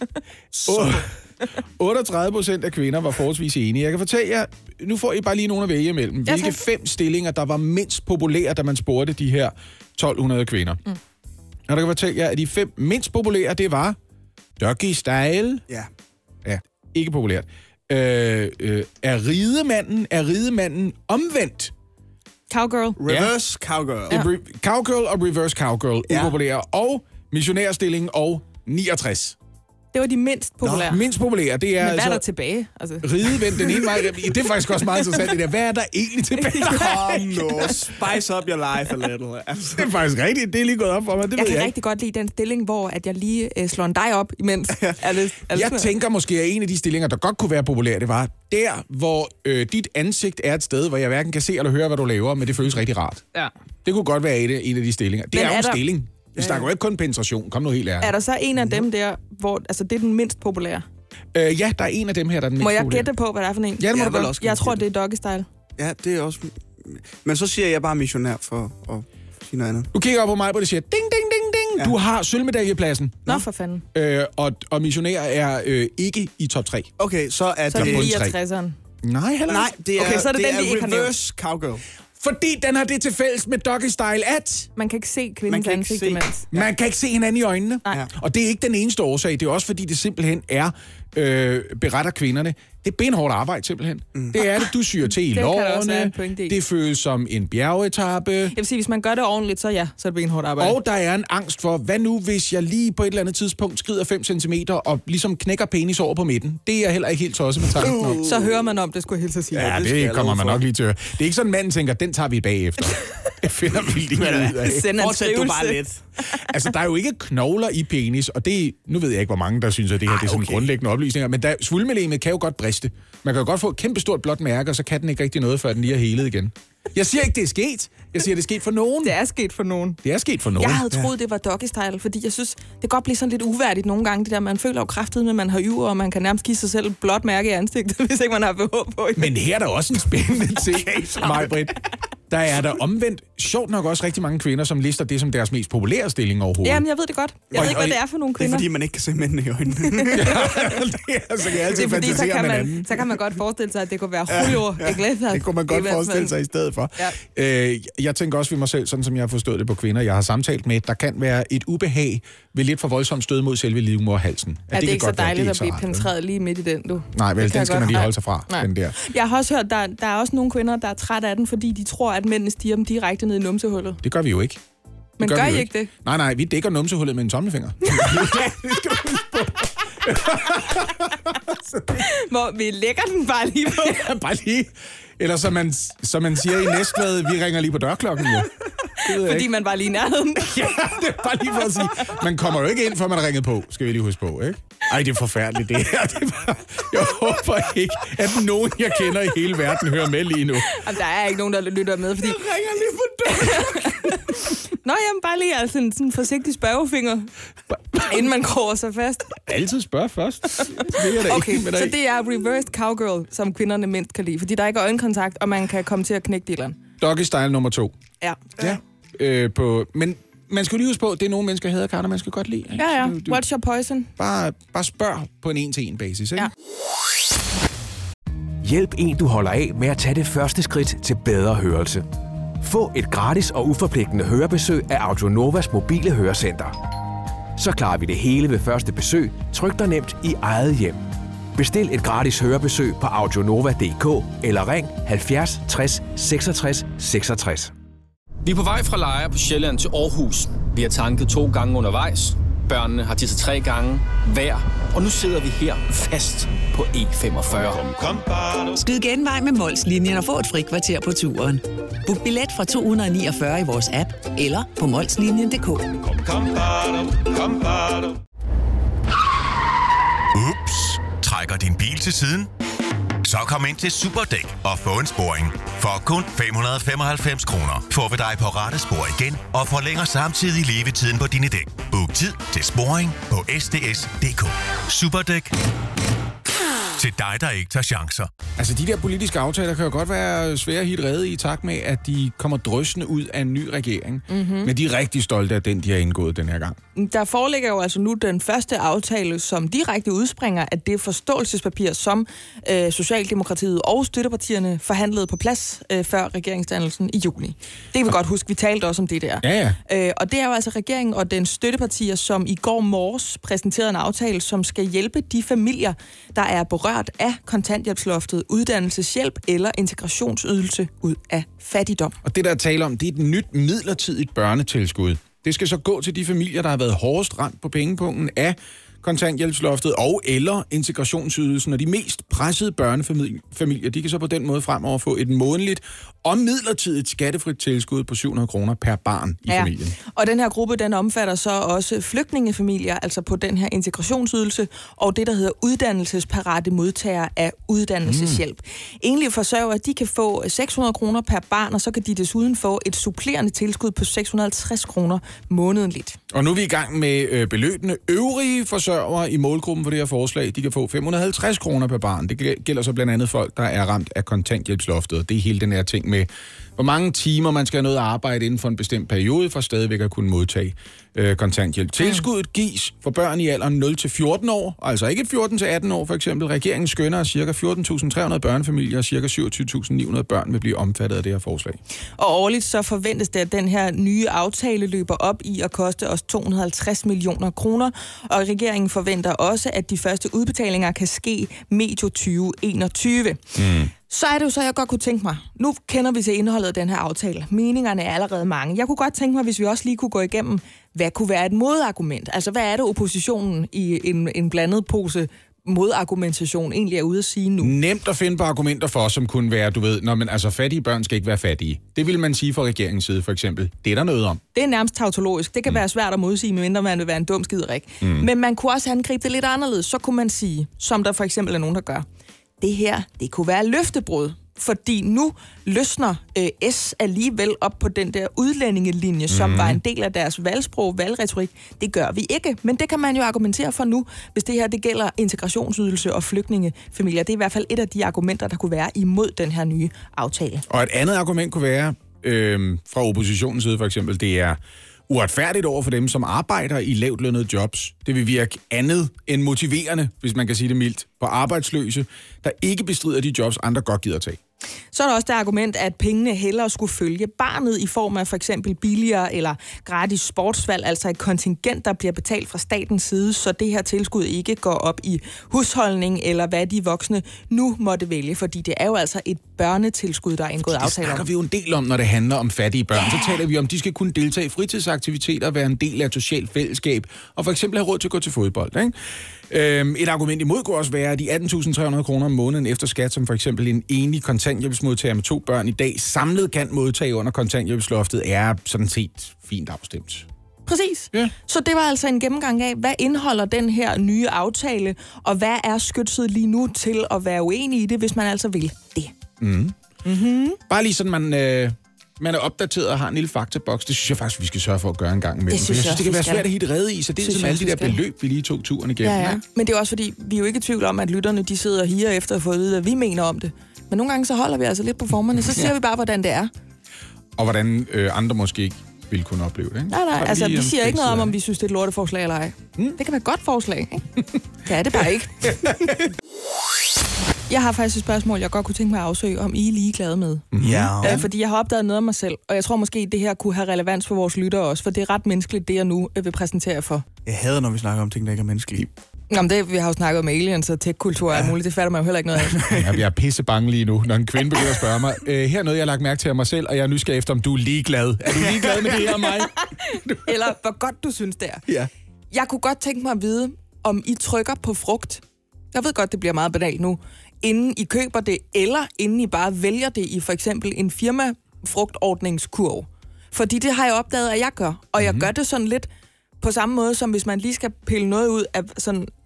Speaker 4: otteogtredive procent af kvinder var forholdsvis enige. Jeg kan fortælle jer, nu får I bare lige nogle at vælge imellem.
Speaker 3: Ja,
Speaker 4: hvilke fem stillinger, der var mindst populære, da man spurgte de her tolv hundrede kvinder. Mm. Og der kan fortælle jer, at de fem mindst populære, det var doggy style.
Speaker 2: Ja.
Speaker 4: Ja, ikke populært. Øh, øh, er ridemanden, er ridemanden omvendt?
Speaker 3: Cowgirl.
Speaker 2: Reverse ja. cowgirl.
Speaker 4: Ja. Re- cowgirl og reverse cowgirl,
Speaker 2: Ja.
Speaker 4: upopulære. Og missionærstilling og niogtres.
Speaker 3: Det var de mindst populære.
Speaker 4: Nå, mindst populære, det er
Speaker 3: Men hvad
Speaker 4: altså...
Speaker 3: er der tilbage? Altså...
Speaker 4: Ridevendt den ene vej. Det er faktisk også meget interessant, det der. Hvad er der egentlig tilbage?
Speaker 2: Kom nu, spice up your life a little. Altså.
Speaker 4: Det er faktisk rigtigt. Det er lige gået op for mig. Det
Speaker 3: Jeg
Speaker 4: ved
Speaker 3: kan
Speaker 4: jeg
Speaker 3: rigtig godt lide den stilling, hvor at jeg lige øh, slår en dig op imens. er det, er det
Speaker 4: Jeg
Speaker 3: sådan?
Speaker 4: tænker måske, at en af de stillinger, der godt kunne være populær, det var der, hvor øh, dit ansigt er et sted, hvor jeg hverken kan se eller høre, hvad du laver, men det føles rigtig rart.
Speaker 3: Ja.
Speaker 4: Det kunne godt være en af, en af de stillinger. Det
Speaker 3: Men
Speaker 4: er jo
Speaker 3: er
Speaker 4: en
Speaker 3: der-
Speaker 4: stilling. Vi snakker jo ikke kun penetration. Kom nu helt ærligt.
Speaker 3: Er der så en af dem der, hvor altså, det er den mindst populære?
Speaker 4: Øh, ja, der er en af dem her, der er den mindst
Speaker 3: Må jeg
Speaker 4: populære.
Speaker 3: gætte på, hvad det er for en?
Speaker 4: Ja, det må
Speaker 2: Ja,
Speaker 4: du
Speaker 2: vel
Speaker 4: godt.
Speaker 2: også.
Speaker 3: Jeg tror, det er doggy style.
Speaker 2: Ja, det er også... Men så siger jeg bare missionær for at sige noget andet.
Speaker 4: Du kigger op på mig, hvor det siger, ding, ding, ding, ding.
Speaker 2: Ja.
Speaker 4: Du har sølvmedaljepladsen.
Speaker 3: Nå, for fanden.
Speaker 4: Øh, og, og missionær er øh, ikke i top tre.
Speaker 2: Okay, så er
Speaker 3: Så er
Speaker 2: det...
Speaker 3: det
Speaker 4: bund tre.
Speaker 3: niogtresseren.
Speaker 4: Nej, heller
Speaker 2: Nej, det er,
Speaker 3: Okay, så er det
Speaker 2: det
Speaker 3: den, vi
Speaker 2: er
Speaker 3: ikke har nævnt.
Speaker 2: reverse cowgirl.
Speaker 4: Fordi den har det til fælles med doggy style, at
Speaker 3: Man kan ikke se
Speaker 2: Man
Speaker 3: kvindens
Speaker 2: kan ikke
Speaker 3: ansigt
Speaker 2: se.
Speaker 3: imens.
Speaker 4: man kan ikke se hinanden i øjnene.
Speaker 3: Nej.
Speaker 4: Og det er ikke den eneste årsag. Det er også fordi, det simpelthen er, øh, beretter kvinderne, det er benhårdt arbejde simpelthen. Mm. Det er det, du syr til i
Speaker 3: Det kan der også være
Speaker 4: lårene.
Speaker 3: en pointe i.
Speaker 4: Det føles som en bjergetappe.
Speaker 3: Jeg vil sige, hvis man gør det ordentligt, så ja, så er det benhårdt arbejde.
Speaker 4: Og der er en angst for, hvad nu hvis jeg lige på et eller andet tidspunkt skrider fem centimeter og ligesom knækker penis over på midten. Det er jeg heller ikke helt tosset med tanken om.
Speaker 3: Så hører man om det, skulle jeg hilse at sige.
Speaker 4: Ja,
Speaker 2: det
Speaker 4: det,
Speaker 2: skal jeg
Speaker 4: det kommer
Speaker 2: love
Speaker 4: man
Speaker 2: for.
Speaker 4: nok lige til at høre. Det er ikke sådan, manden tænker, den tager vi bagefter. Det finder vi lige ud af.
Speaker 3: Send en
Speaker 2: Fortsæt du
Speaker 3: skrivelse.
Speaker 2: bare lidt.
Speaker 4: Altså, der er jo ikke knogler i penis, og det nu ved jeg ikke, hvor mange, der synes, at det her det er sådan
Speaker 2: okay.
Speaker 4: grundlæggende oplysninger, men der, svulmelemet kan jo godt briste. Man kan jo godt få et kæmpestort blåt mærke, og så kan den ikke rigtig noget, før den lige er helet igen. Jeg siger ikke, det er sket. Jeg siger, det er sket for nogen.
Speaker 3: Det er sket for nogen.
Speaker 4: Det er sket for nogen.
Speaker 3: Jeg havde troet, det var doggy style, fordi jeg synes, det kan godt blive sådan lidt uværdigt nogle gange, det der, man føler jo kraftigt, at man har yver, og man kan nærmest give sig selv et blåt mærke i ansigtet, hvis ikke man har behov på.
Speaker 4: Men her er der også en spændende ting, Maj-Britt. Der er der omvendt, sjovt nok også rigtig mange kvinder, som lister det som deres mest populære stilling overhovedet.
Speaker 3: Jamen, jeg ved det godt. Jeg
Speaker 4: Og-
Speaker 3: ved ikke,
Speaker 4: og-
Speaker 3: hvad det er for nogle
Speaker 2: Det er
Speaker 3: kvinder.
Speaker 2: fordi, man ikke kan se mændene i øjnene.
Speaker 4: det er, så kan jeg altid
Speaker 3: Det er fordi, så
Speaker 4: fantasere
Speaker 3: kan,
Speaker 4: med
Speaker 3: man,
Speaker 4: anden.
Speaker 3: så kan man godt forestille sig, at det kunne være Julio Iglesias.
Speaker 4: Det kunne man godt
Speaker 3: i hvert fald.
Speaker 4: forestille sig i stedet for.
Speaker 3: Ja.
Speaker 4: Øh, jeg tænker også ved mig selv, sådan som jeg har forstået det på kvinder, jeg har samtalt med, der kan være et ubehag ved lidt for voldsomt stød mod selve livmoderhalsen.
Speaker 3: Ja, det er ikke så
Speaker 4: kan godt være,
Speaker 3: dejligt
Speaker 4: det er
Speaker 3: at blive
Speaker 4: ikke så rart, vel?
Speaker 3: penetreret lige midt i den, du.
Speaker 4: Nej, vel,
Speaker 3: Det kan
Speaker 4: den
Speaker 3: jeg
Speaker 4: skal
Speaker 3: godt-
Speaker 4: man lige
Speaker 3: Nej.
Speaker 4: holde sig fra,
Speaker 3: Nej.
Speaker 4: den der.
Speaker 3: Jeg har også hørt, der, der er også nogle kvinder, der er trætte af den, fordi de tror, at mændene stiger dem direkte ned i numsehullet.
Speaker 4: Det gør vi jo ikke.
Speaker 3: Men
Speaker 4: gør
Speaker 3: gør
Speaker 4: vi
Speaker 3: I
Speaker 4: jo
Speaker 3: ikke det?
Speaker 4: Nej, nej, vi dækker numsehullet med en tommelfinger.
Speaker 3: Hvor vi lægger den bare lige på.
Speaker 4: Ja, bare lige. Eller som man, som man siger i Næstved, vi ringer lige på dørklokken, jo. Det ved jeg
Speaker 3: Fordi
Speaker 4: ikke.
Speaker 3: man var lige i nærheden.
Speaker 4: Ja, det er bare lige for at sige. Man kommer jo ikke ind, før man har ringet på, skal vi lige huske på, ikke? Ej, det er forfærdeligt, det her. Det er bare, jeg håber ikke, at nogen, jeg kender i hele verden, hører med lige nu.
Speaker 3: Jamen, der er ikke nogen, der lytter med, fordi...
Speaker 2: Jeg ringer lige på døren.
Speaker 3: Nå, jamen, bare lige altså, en sådan forsigtig spørgefinger, inden man kroger sig fast.
Speaker 4: Altid spørg først. Det er der
Speaker 3: Okay,
Speaker 4: ikke med dig
Speaker 3: så
Speaker 4: i.
Speaker 3: det er reversed cowgirl, som kvinderne mindst kan lide, fordi der ikke er øjenkontakt, og man kan komme til at knække dilleren.
Speaker 4: Doggy style nummer to.
Speaker 3: Ja.
Speaker 4: Ja. Øh, på, men man skal jo lige huske på, at det er nogle mennesker, der hedder Karter, man skal godt lide. Ikke?
Speaker 3: Ja, ja.
Speaker 4: Så du- du-
Speaker 3: Watch your poison.
Speaker 4: Bare, bare spørg på en en-til-en basis, ikke?
Speaker 3: Ja.
Speaker 8: Hjælp en, du holder af med at tage det første skridt til bedre hørelse. Få et gratis og uforpligtende hørebesøg af Audionovas mobile hørecenter. Så klarer vi det hele ved første besøg, tryk dig nemt i eget hjem. Bestil et gratis hørebesøg på audionova punktum d k eller ring halvfjerds tres seksogtres seksogtres.
Speaker 9: Vi er på vej fra Lejre på Sjælland til Aarhus. Vi har tanket to gange undervejs. Børnene har tisset tre gange hver. Og nu sidder vi her fast på E femogfyrre.
Speaker 10: Skyd genvej med Mols-linjen og få et frikvarter på turen. Book billet fra to hundrede niogfyrre i vores app eller på molslinjen punktum d k.
Speaker 11: Ups. Trækker din bil til siden? Så kom ind til Superdæk og få en sporing. For kun fem hundrede femoghalvfems kroner får vi dig på rette spor igen og forlænger samtidig levetiden på dine dæk. Book tid til sporing på s d s punktum d k. Superdæk. Til dig, der ikke tager chancer.
Speaker 4: Altså, de der politiske aftaler kan jo godt være svære at hitte rede i takt med, at de kommer drøsende ud af en ny regering. Mm-hmm. Men de er rigtig stolte af den, de har indgået den her gang.
Speaker 3: Der foreligger jo altså nu den første aftale, som direkte udspringer af det forståelsespapir, som øh, Socialdemokratiet og støttepartierne forhandlede på plads øh, før regeringsdannelsen i juni. Det kan vi godt huske, vi talte også om det der.
Speaker 4: Ja,
Speaker 3: ja. Øh, og det er jo altså regeringen og den støttepartier, som i går morges præsenterede en aftale, som skal hjælpe de familier, der er berørt af kontanthjælpsloftet, uddannelseshjælp eller integrationsydelse ud af fattigdom.
Speaker 4: Og det, der er tale om, det er et nyt midlertidigt børnetilskud. Det skal så gå til de familier, der har været hårdest ramt på pengepunkten af kontanthjælpsloftet og eller integrationsydelsen, og de mest pressede børnefamilier, de kan så på den måde fremover få et månedligt og midlertidigt skattefrit tilskud på syv hundrede kroner per barn i ja. familien.
Speaker 3: Og den her gruppe, den omfatter så også flygtningefamilier, altså på den her integrationsydelse, og det, der hedder uddannelsesparate modtagere af uddannelseshjælp. Mm. Enlige forsørgere, de kan få seks hundrede kroner per barn, og så kan de desuden få et supplerende tilskud på seks hundrede og halvtreds kroner månedligt.
Speaker 4: Og nu er vi i gang med øh, beløbene. Øvrige forsørgere i målgruppen for det her forslag, de kan få fem hundrede og halvtreds kroner per barn. Det gælder så blandt andet folk, der er ramt af kontanthjælpsloftet. Det er hele den her ting med, hvor mange timer man skal have noget at arbejde inden for en bestemt periode, for stadigvæk at kunne modtage øh, kontanthjælp. Tilskuddet gives for børn i alderen nul til fjorten år, altså ikke fjorten til atten år for eksempel. Regeringen skønner, at ca. fjorten tusind tre hundrede børnefamilier og ca. syvogtyve tusind ni hundrede børn vil blive omfattet af det her forslag.
Speaker 3: Og årligt så forventes det, at den her nye aftale løber op i at koste os to hundrede og halvtreds millioner kroner, og regeringen forventer også, at de første udbetalinger kan ske medio tyve enogtyve. Mm. Så er det jo så, jeg godt kunne tænke mig. Nu kender vi til indholdet af den her aftale. Meningerne er allerede mange. Jeg kunne godt tænke mig, hvis vi også lige kunne gå igennem, hvad kunne være et modargument? Altså, hvad er det oppositionen i en, en blandet pose modargumentation egentlig er ude at sige nu?
Speaker 4: Nemt at finde på argumenter for, som kunne være, du ved, når man altså fattige børn skal ikke være fattige. Det vil man sige fra regeringens side, for eksempel. Det er der noget om.
Speaker 3: Det er nærmest tautologisk. Det kan mm. være svært at modsige, medmindre man vil være en dum skiderik. Mm. Men man kunne også angribe det lidt anderledes. Så kunne man sige, som der for eksempel er nogen, der gør, det her, det kunne være løftebrud. Fordi nu løsner øh, S alligevel op på den der udlændingelinje, som mm. var en del af deres valgsprog, valgretorik. Det gør vi ikke, men det kan man jo argumentere for nu, hvis det her det gælder integrationsydelse og flygtningefamilier. Det er i hvert fald et af de argumenter, der kunne være imod den her nye aftale.
Speaker 4: Og et andet argument kunne være, øh, fra oppositionens side for eksempel, det er uretfærdigt over for dem, som arbejder i lavtlønnede jobs. Det vil virke andet end motiverende, hvis man kan sige det mildt, på arbejdsløse, der ikke bestrider de jobs, andre godt gider tage.
Speaker 3: Så er der også det argument, at pengene hellere skulle følge barnet i form af for eksempel billigere eller gratis sportsvalg, altså et kontingent, der bliver betalt fra statens side, så det her tilskud ikke går op i husholdning eller hvad de voksne nu måtte vælge, fordi det er jo altså et børnetilskud, der er indgået aftale om.
Speaker 4: Det snakker vi jo en del om, når det handler om fattige børn. Ja. Så taler vi om, at de skal kunne deltage i fritidsaktiviteter, være en del af et socialt fællesskab og for eksempel have råd til at gå til fodbold, ikke? Øhm, et argument imod kunne også være, at de atten tusind tre hundrede kroner om måneden efter skat, som for eksempel en enlig kontanthjælpsmodtager med to børn i dag samlet kan modtage under kontanthjælpsloftet, er sådan set fint afstemt.
Speaker 3: Præcis. Ja. Så det var altså en gennemgang af, hvad indeholder den her nye aftale, og hvad er skytset lige nu til at være uenig i det, hvis man altså vil det.
Speaker 4: Mm. Mm-hmm. Bare lige sådan, man... Øh Man er opdateret og har en lille faktaboks. Det synes jeg faktisk, vi skal sørge for at gøre en gang imellem.
Speaker 3: Det synes jeg,
Speaker 4: jeg synes, det kan være svært at hitte rede i, så det er som alle de der beløb, vi lige tog turen igennem.
Speaker 3: Ja, ja. Men det er også fordi, vi er jo ikke i tvivl om, at lytterne de sidder og higer efter at få at vide, hvad vi mener om det. Men nogle gange så holder vi altså lidt på formerne, så siger ja. vi bare, hvordan det er.
Speaker 4: Og hvordan øh, andre måske ikke vil kunne opleve det, ikke?
Speaker 3: Nej, nej, altså vi siger ikke noget om, om vi synes, det er et lorteforslag eller ej. Hmm? Det kan være et godt forslag, ikke? Det er det bare ikke. Jeg har faktisk et spørgsmål, jeg godt kunne tænke mig at afsøge, om I er ligeglade med.
Speaker 2: Mm-hmm. Ja.
Speaker 3: Øh, fordi jeg har opdaget noget af mig selv, og jeg tror måske, det her kunne have relevans for vores lyttere også, for det er ret menneskeligt, det jeg nu vil præsentere for.
Speaker 2: Jeg hader, når vi snakker om ting, der ikke er menneskelige.
Speaker 3: Jamen det, vi har jo snakket om aliens og tech-kultur og alt muligt, det fatter man jo heller ikke noget af.
Speaker 4: Jeg er pisse bange lige nu, når en kvinde begynder at spørge mig. Øh, her er noget, jeg har lagt mærke til af mig selv, og jeg er nysgerrig efter, om du er ligeglad. Er du ligeglad med det her mig?
Speaker 3: Eller hvor godt du synes, det er.
Speaker 4: Ja.
Speaker 3: Jeg kunne godt tænke mig at vide, om I trykker på frugt. Jeg ved godt, det bliver meget banalt nu. Inden I køber det, eller inden I bare vælger det i for eksempel en firma-frugtordningskurv. Fordi det har jeg opdaget, at jeg gør. Og jeg mm-hmm. gør det sådan lidt på samme måde, som hvis man lige skal pille noget ud af sådan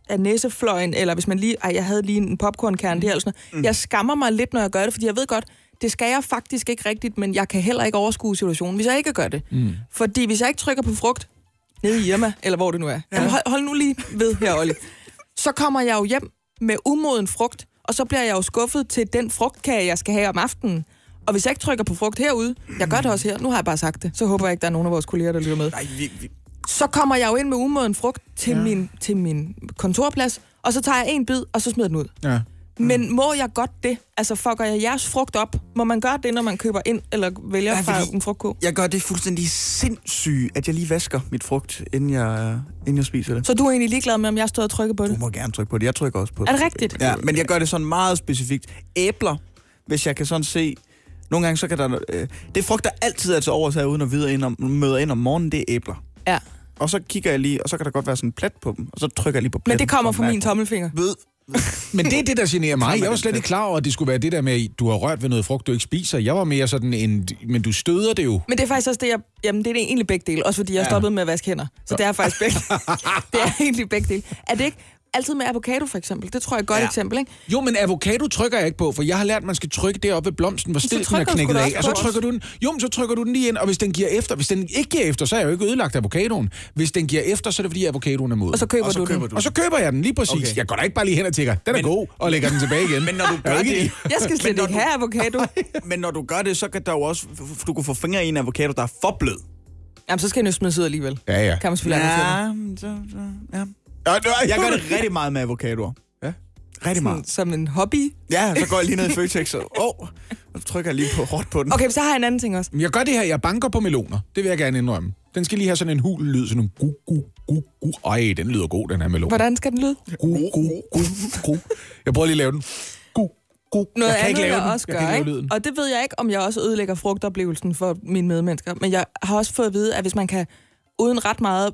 Speaker 3: af næsefløjen, eller hvis man lige, ej, jeg havde lige en popcornkerne, det er sådan noget. Mm. Jeg skammer mig lidt, når jeg gør det, fordi jeg ved godt, det skal jeg faktisk ikke rigtigt, men jeg kan heller ikke overskue situationen, hvis jeg ikke gør det. Mm. Fordi hvis jeg ikke trykker på frugt, nede i Irma, eller hvor det nu er, ja. hold, hold nu lige ved her, Olli, så kommer jeg jo hjem med umoden frugt, og så bliver jeg jo skuffet til den frugtkage, jeg skal have om aftenen. Og hvis jeg ikke trykker på frugt herude, jeg gør det også her, nu har jeg bare sagt det, så håber jeg ikke, der er nogen af vores kolleger, der lytter med.
Speaker 2: Nej, vi, vi...
Speaker 3: Så kommer jeg jo ind med umoden frugt til, ja. min, til min kontorplads, og så tager jeg en bid, og så smider den ud. Ja. Men må jeg godt det? Altså, fucker jeg jeres frugt op? Må man gøre det, når man køber ind, eller vælger ja, fra en frugtkurv?
Speaker 2: Jeg gør det fuldstændig sindssygt, at jeg lige vasker mit frugt, inden jeg, inden jeg spiser det.
Speaker 3: Så du er egentlig ligeglad med, om jeg står og trykker på det?
Speaker 2: Du må gerne trykke på det. Jeg trykker også på det.
Speaker 3: Er det rigtigt?
Speaker 2: Ja, men jeg gør det sådan meget specifikt. Æbler, hvis jeg kan sådan se... Nogle gange så kan der... Øh, det er frugt, der altid er til overs her, uden at videre ind om, møder ind om morgenen, det er æbler.
Speaker 3: Ja.
Speaker 2: Og så kigger jeg lige, og så kan der godt være sådan en plet på dem, og så trykker jeg lige på pletten.
Speaker 3: Men det kommer fra min tommelfinger.
Speaker 2: Ved.
Speaker 4: Men det er det, der generer mig. Jeg var slet ikke klar over, at det skulle være det der med, at du har rørt ved noget frugt, du ikke spiser. Jeg var mere sådan en... Men du støder det jo.
Speaker 3: Men det er faktisk også det, jeg... Jamen, det er egentlig begge dele. Også fordi jeg har stoppet med at vaske hænder. Så det er faktisk begge. Det er egentlig begge dele. Er det ikke... Altid med avocado, for eksempel. Det tror jeg er et godt ja. eksempel, ikke?
Speaker 4: Jo, men avocado trykker jeg ikke på, for jeg har lært, at man skal trykke deroppe ved blomsten, hvor stilken er knækket af. Og så trykker du den. Jo, men så trykker du den lige ind, og hvis den giver efter, hvis den ikke giver efter, så er jeg jo ikke ødelagt avocadoen. Hvis den giver efter, så er det fordi avocadoen er mod.
Speaker 3: Og så køber,
Speaker 2: og så
Speaker 3: du,
Speaker 2: køber
Speaker 3: den.
Speaker 2: du
Speaker 4: Og så køber jeg den lige præcis. Okay. Jeg går da ikke bare lige hen og tænker, den er men, god, og lægger den tilbage igen.
Speaker 2: Men når du gør det...
Speaker 3: Jeg skal slet ikke have avocado.
Speaker 2: Men når du gør det, så kan der jo også... Du kan få fingre i en avocado, der er for blød.
Speaker 3: Jamen, så skal den jo smides ud alligevel.
Speaker 4: Ja, ja.
Speaker 3: Kan man selvfølgelig
Speaker 2: ja, så, så, ja. Jeg gør det rigtig meget med avocadoer. Ja. Rigtig meget.
Speaker 3: Som en hobby?
Speaker 2: Ja, så går jeg lige ned i Føtex og, oh, og trykker jeg lige på hårdt på den.
Speaker 3: Okay, så har jeg en anden ting også.
Speaker 4: Jeg gør det her, jeg banker på meloner. Det vil jeg gerne indrømme. Den skal lige have sådan en hul lyd, sådan en gu, gu, gu, gu. Ej, den lyder god, den her melon.
Speaker 3: Hvordan skal den lyde?
Speaker 4: Gu, gu, gu, gu. Jeg prøver lige at lave den. Gu, gu.
Speaker 3: Noget
Speaker 4: jeg kan
Speaker 3: andet,
Speaker 4: ikke lave
Speaker 3: jeg
Speaker 4: den.
Speaker 3: også gør,
Speaker 4: jeg
Speaker 3: ikke? Og det ved jeg ikke, om jeg også ødelægger frugtoplevelsen for mine medmennesker. Men jeg har også fået at vide, at hvis man kan uden ret meget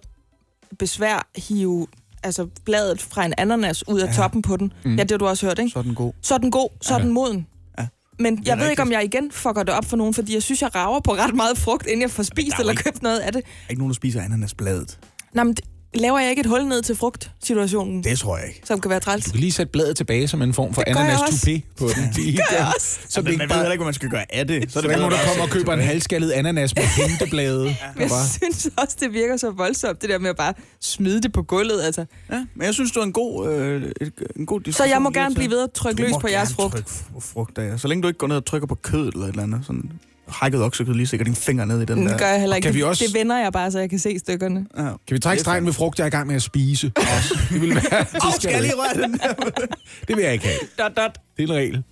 Speaker 3: besvær hive altså bladet fra en ananas ud af ja. toppen på den. Mm. Ja, det har du også hørt, ikke?
Speaker 2: Så er den god.
Speaker 3: Så er den god, så er ja. den moden.
Speaker 2: Ja.
Speaker 3: Men jeg ved rigtigt. ikke, om jeg igen fucker det op for nogen, fordi jeg synes, jeg rager på ret meget frugt, inden jeg får spist eller
Speaker 2: ikke,
Speaker 3: købt noget af det.
Speaker 2: Der er ikke nogen, der spiser ananasbladet.
Speaker 3: Nej, men laver jeg ikke et hul ned til frugtsituationen?
Speaker 2: Det tror jeg ikke.
Speaker 3: Som kan være træls.
Speaker 4: Du kan lige sætte bladet tilbage som en form for ananas-toupé på den.
Speaker 3: Det gør jeg også.
Speaker 2: Så ja, men man bare... ved heller ikke, hvad man skal gøre af det.
Speaker 4: Så, så er det må du komme og købe en halvskaldet ananas med henteblade.
Speaker 3: Ja. Jeg bare... synes også, det virker så voldsomt, det der med at bare smide det på gulvet. Altså.
Speaker 2: Ja, men jeg synes, du er en god, øh, en god diskussion.
Speaker 3: Så jeg må gerne blive ved at trykke løs på jeres frugt.
Speaker 2: Tryk på frugt af. Så længe du ikke går ned og trykker på kød eller et eller andet. Sådan hakket oksekød, lige sikkert din finger ned i den der.
Speaker 3: Det gør jeg heller ikke.
Speaker 4: Kan vi også...
Speaker 3: Det vender jeg bare, så jeg kan se stykkerne.
Speaker 2: Ja.
Speaker 4: Kan vi trække stregen med frugt, jeg er i gang med at spise? Det vil være...
Speaker 2: Åh, oh, skal jeg lige røre den?
Speaker 4: Det vil jeg ikke have.
Speaker 3: Dot, dot.
Speaker 4: Det er en regel.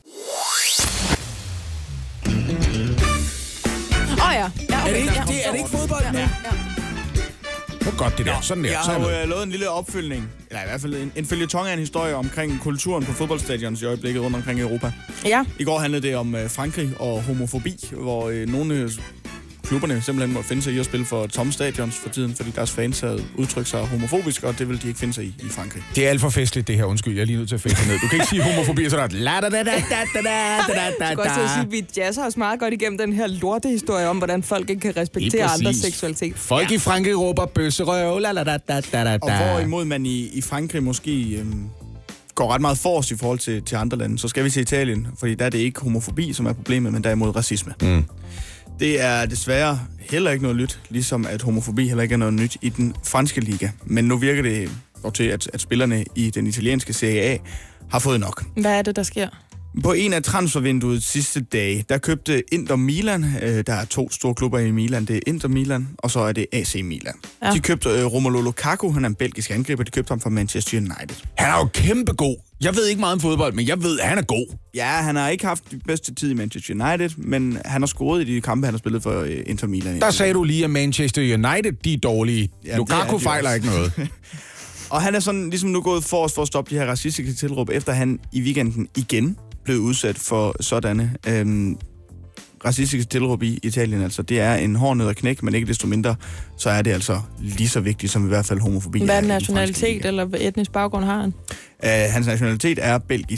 Speaker 3: Åh oh, ja. ja okay.
Speaker 4: Er det ikke, det, er det ikke fodbold nu? Ja, ja. Hvor godt det der. Sådan der.
Speaker 2: Jeg
Speaker 4: så
Speaker 2: har jo uh, lavet en lille opfølgning, eller i hvert fald en, en føljeton af en historie omkring kulturen på fodboldstadions i øjeblikket rundt omkring i Europa.
Speaker 3: Ja.
Speaker 2: I går handlede det om uh, Frankrig og homofobi, hvor uh, nogle klubberne simpelthen må finde sig i at spille for tomme stadions for tiden, fordi deres fans havde udtrykt sig homofobisk, og det vil de ikke finde sig i i Frankrig.
Speaker 4: Det er alt for festligt, det her. Undskyld, jeg er lige nødt til at feste ned. Du kan ikke sige homofobi, og så er der... La, da, da, da, da, da, da, da,
Speaker 3: du kan også sige, at vi jazzer os meget godt igennem den her lortehistorie om, hvordan folk ikke kan respektere andres seksualitet.
Speaker 4: Folk ja. i Frankrig råber bøsserøv, la, la, da, da, da, da.
Speaker 2: Og hvorimod man i, i Frankrig måske øhm, går ret meget forrest i forhold til, til andre lande, så skal vi til Italien, fordi der er det ikke homofobi, som er problemet, men derimod racisme. Mm. Det er desværre heller ikke noget nyt, ligesom at homofobi heller ikke er noget nyt i den franske liga. Men nu virker det dog til, at, at spillerne i den italienske Serie A har fået nok.
Speaker 3: Hvad er det, der sker?
Speaker 2: På en af transfervinduets sidste dage, der købte Inter Milan, øh, der er to store klubber i Milan, det er Inter Milan, og så er det A C Milan. Ja. De købte øh, Romelu Lukaku, han er en belgisk angriber, de købte ham fra Manchester United.
Speaker 4: Han er jo kæmpe god. Jeg ved ikke meget om fodbold, men jeg ved, at han er god.
Speaker 2: Ja, han har ikke haft det bedste tid i Manchester United, men han har scoret i de kampe, han har spillet for øh, Inter Milan.
Speaker 4: Der sagde du lige, at Manchester United, de er dårlige. Ja, Lukaku fejler også. Ikke noget.
Speaker 2: Og han er sådan ligesom nu gået for os for at stoppe de her racistiske tilråb, efter han i weekenden igen blev udsat for sådanne øhm, racistiske tilråb i Italien. Altså, det er en hård nød at knække, men ikke desto mindre, så er det altså lige så vigtigt som i hvert fald homofobi.
Speaker 3: Hvad er nationalitet eller etnisk baggrund har han?
Speaker 2: Uh, hans nationalitet er belgisk.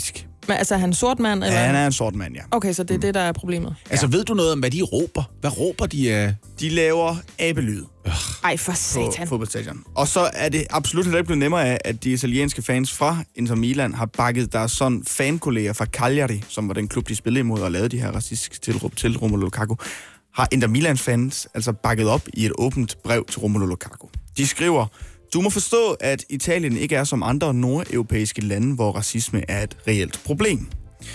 Speaker 3: Men altså, er han en sort mand? Eller?
Speaker 2: Ja, han er en sort mand, ja.
Speaker 3: Okay, så det er mm. det, der er problemet.
Speaker 4: Altså, ved du noget om, hvad de råber? Hvad råber de af?
Speaker 2: De laver abelyd.
Speaker 3: Ej, for satan.
Speaker 2: På fodboldstadion. Og så er det absolut heller ikke blevet nemmere af, at de italienske fans fra Inter Milan har bakket deres sådan fankolleger fra Cagliari, som var den klub, de spillede imod og lavede de her racistiske tilråb til Romelu Lukaku, har Inter Milans fans altså bakket op i et åbent brev til Romelu Lukaku. De skriver: du må forstå, at Italien ikke er som andre nordeuropæiske lande, hvor racisme er et reelt problem.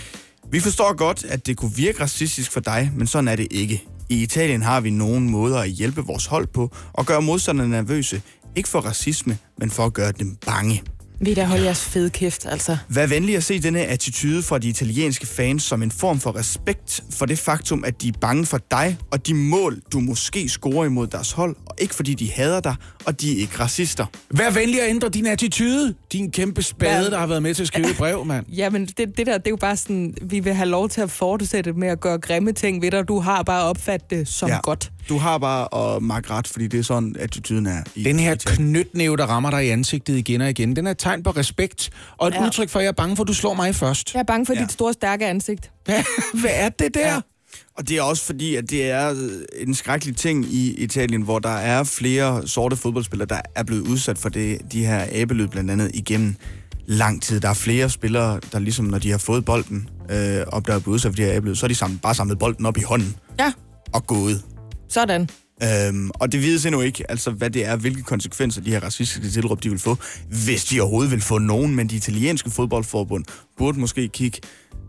Speaker 2: Vi forstår godt, at det kunne virke racistisk for dig, men sådan er det ikke. I Italien har vi nogle måder at hjælpe vores hold på og gøre modstanderne nervøse. Ikke for racisme, men for at gøre dem bange.
Speaker 3: Vi da holde jeres fede kæft, altså.
Speaker 2: Vær venlig at se denne attitude fra de italienske fans som en form for respekt for det faktum, at de er bange for dig og de mål, du måske scorer imod deres hold, og ikke fordi de hader dig, og de er ikke racister.
Speaker 4: Vær venlig at ændre din attitude, din kæmpe spade, Vær... der har været med til at skrive brev, mand.
Speaker 3: Jamen, det, det der, det er jo bare sådan, vi vil have lov til at fortsætte med at gøre grimme ting ved dig, du har bare opfattet det som ja. godt.
Speaker 2: Du har bare at makke ret, fordi det er sådan, attituden er. I
Speaker 4: den her
Speaker 2: Italien.
Speaker 4: knytnæve, der rammer dig i ansigtet igen og igen, den er et tegn på respekt, og et ja. udtryk for, at jeg er bange for, at du slår mig først.
Speaker 3: Jeg er bange for
Speaker 2: ja.
Speaker 3: dit store, stærke ansigt.
Speaker 4: Hvad, hvad er det der? Ja.
Speaker 2: Og det er også fordi, at det er en skrækkelig ting i Italien, hvor der er flere sorte fodboldspillere, der er blevet udsat for det, de her abelyd blandt andet igennem lang tid. Der er flere spillere, der ligesom, når de har fået bolden, øh, og der er blevet udsat for de her abelyd, så har de samlet, bare samlet bolden op i hånden
Speaker 3: ja.
Speaker 2: og gået.
Speaker 3: Sådan.
Speaker 2: Øhm, og det vides endnu ikke, altså hvad det er, hvilke konsekvenser de her racistiske tilråb, de vil få, hvis de overhovedet vil få nogen, men de italienske fodboldforbund burde måske kigge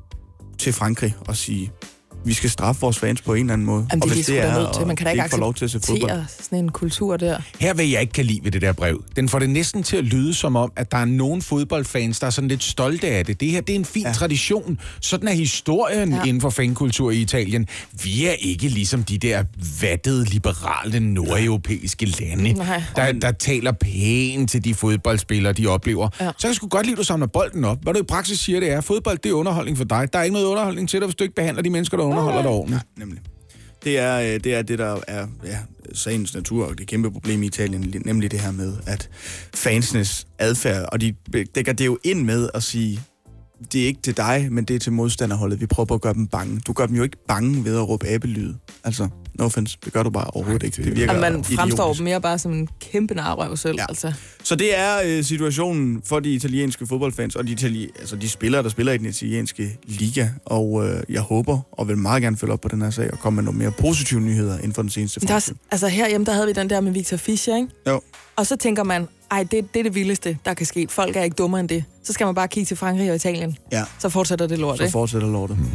Speaker 2: til Frankrig og sige, vi skal straffe vores fans på en eller anden måde.
Speaker 3: Jamen,
Speaker 2: og
Speaker 3: det
Speaker 2: hvis
Speaker 3: det er,
Speaker 2: og
Speaker 3: man kan da ikke
Speaker 2: ikke få lov til at se fodbold.
Speaker 3: sådan en kultur der.
Speaker 4: Her vil jeg ikke kan lide ved det der brev. Den får det næsten til at lyde som om, at der er nogle fodboldfans, der er sådan lidt stolte af det. Det her, det er en fin ja. tradition. Sådan er historien ja. inden for fankultur i Italien. Vi er ikke ligesom de der vattede, liberale, nordeuropæiske lande, der, der taler pænt til de fodboldspillere, de oplever. Ja. Så kan jeg sgu godt lide, at du samler bolden op. Hvad du i praksis siger, det er, fodbold, det er underholdning for dig. Der er ikke noget underholdning til dig, hvis du ikke behandler de mennesker, der underholder dig ordentligt.
Speaker 2: Ja, nemlig. Det er, det er det, der er ja, sagens natur og det kæmpe problem i Italien, nemlig det her med, at fansenes adfærd, og de dækker det jo ind med at sige, det er ikke til dig, men det er til modstanderholdet. Vi prøver på at gøre dem bange. Du gør dem jo ikke bange ved at råbe abelyd. Altså, no offense, det gør du bare overhovedet ikke. Det virker
Speaker 3: man fremstår idiotisk. Mere bare som en kæmpe narrøv selv. Ja. Altså.
Speaker 2: Så det er øh, situationen for de italienske fodboldfans, og de, itali- altså de spillere, der spiller i den italienske liga. Og øh, jeg håber, og vil meget gerne følge op på den her sag, og komme med nogle mere positive nyheder inden for den seneste fremtid.
Speaker 3: Altså herhjemme, der havde vi den der med Victor Fischer, ikke?
Speaker 2: Jo.
Speaker 3: Og så tænker man, ej, det, det er det vildeste, der kan ske. Folk er ikke dummere end det. Så skal man bare kigge til Frankrig og Italien.
Speaker 2: Ja.
Speaker 3: Så fortsætter det lort,
Speaker 2: Så fortsætter lortet. Hmm.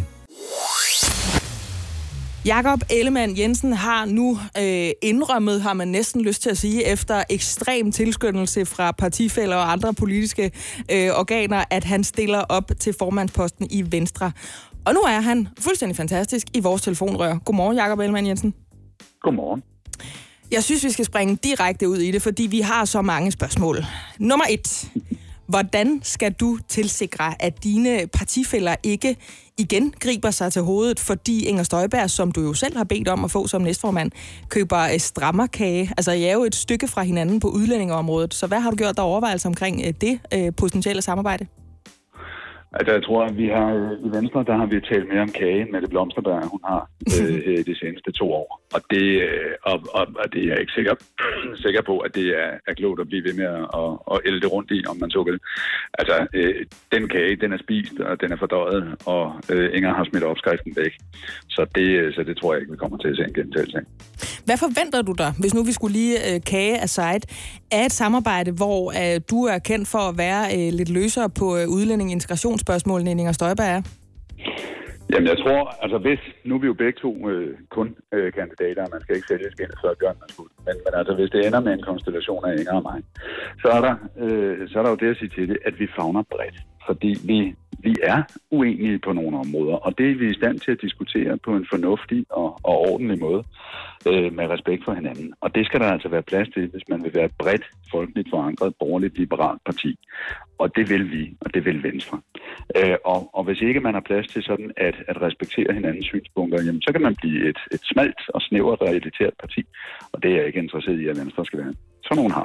Speaker 3: Jakob Ellemann Jensen har nu øh, indrømmet, har man næsten lyst til at sige, efter ekstrem tilskyndelse fra partifæller og andre politiske øh, organer, at han stiller op til formandsposten i Venstre. Og nu er han fuldstændig fantastisk i vores telefonrør. Godmorgen, Jakob Ellemann Jensen.
Speaker 5: Godmorgen.
Speaker 3: Jeg synes, vi skal springe direkte ud i det, fordi vi har så mange spørgsmål. Nummer et. Hvordan skal du tilsikre, at dine partifæller ikke igen griber sig til hovedet, fordi Inger Støjberg, som du jo selv har bedt om at få som næstformand, køber strammerkage? Altså, I er jo et stykke fra hinanden på udlændingeområdet. Så hvad har du gjort der overvejelser omkring det øh, potentielle samarbejde?
Speaker 12: Altså, jeg tror, at vi har i Venstre, der har vi talt mere om kage med det blomsterbær, hun har øh, de seneste to år. Og det, øh, og, og, og det er jeg ikke sikker, sikker på, at det er, er klogt at blive ved med at, at, at ælde det rundt i, om man så vil. Altså, øh, den kage, den er spist, og den er fordøjet, og øh, Inger har smidt opskriften væk. Så det, så det tror jeg ikke, vi kommer til at se en gentagelse.
Speaker 3: Hvad forventer du dig, hvis nu vi skulle lige øh, kage aside, af et samarbejde, hvor øh, du er kendt for at være øh, lidt løsere på øh, udlænding- og integrationsspørgsmålene, end Inger Støjberg er?
Speaker 12: Jamen, jeg tror, altså hvis, nu er vi jo begge to øh, kun øh, kandidater, man skal ikke sælge skinnet, før bjørnen er skudt. Men, men altså, hvis det ender med en konstellation af Inger og mig, så er der, øh, så er der jo det at sige til det, at vi favner bredt. Fordi vi, vi er uenige på nogle områder, og det er vi i stand til at diskutere på en fornuftig og, og ordentlig måde øh, med respekt for hinanden. Og det skal der altså være plads til, hvis man vil være et bredt, folkeligt forankret, borgerligt, liberalt parti. Og det vil vi, og det vil Venstre. Øh, og, og hvis ikke man har plads til sådan at, at respektere hinandens synspunkter, jamen, så kan man blive et, et smalt og snævert realitært parti. Og det er jeg ikke interesseret i, at Venstre skal være. Så nogen har vi.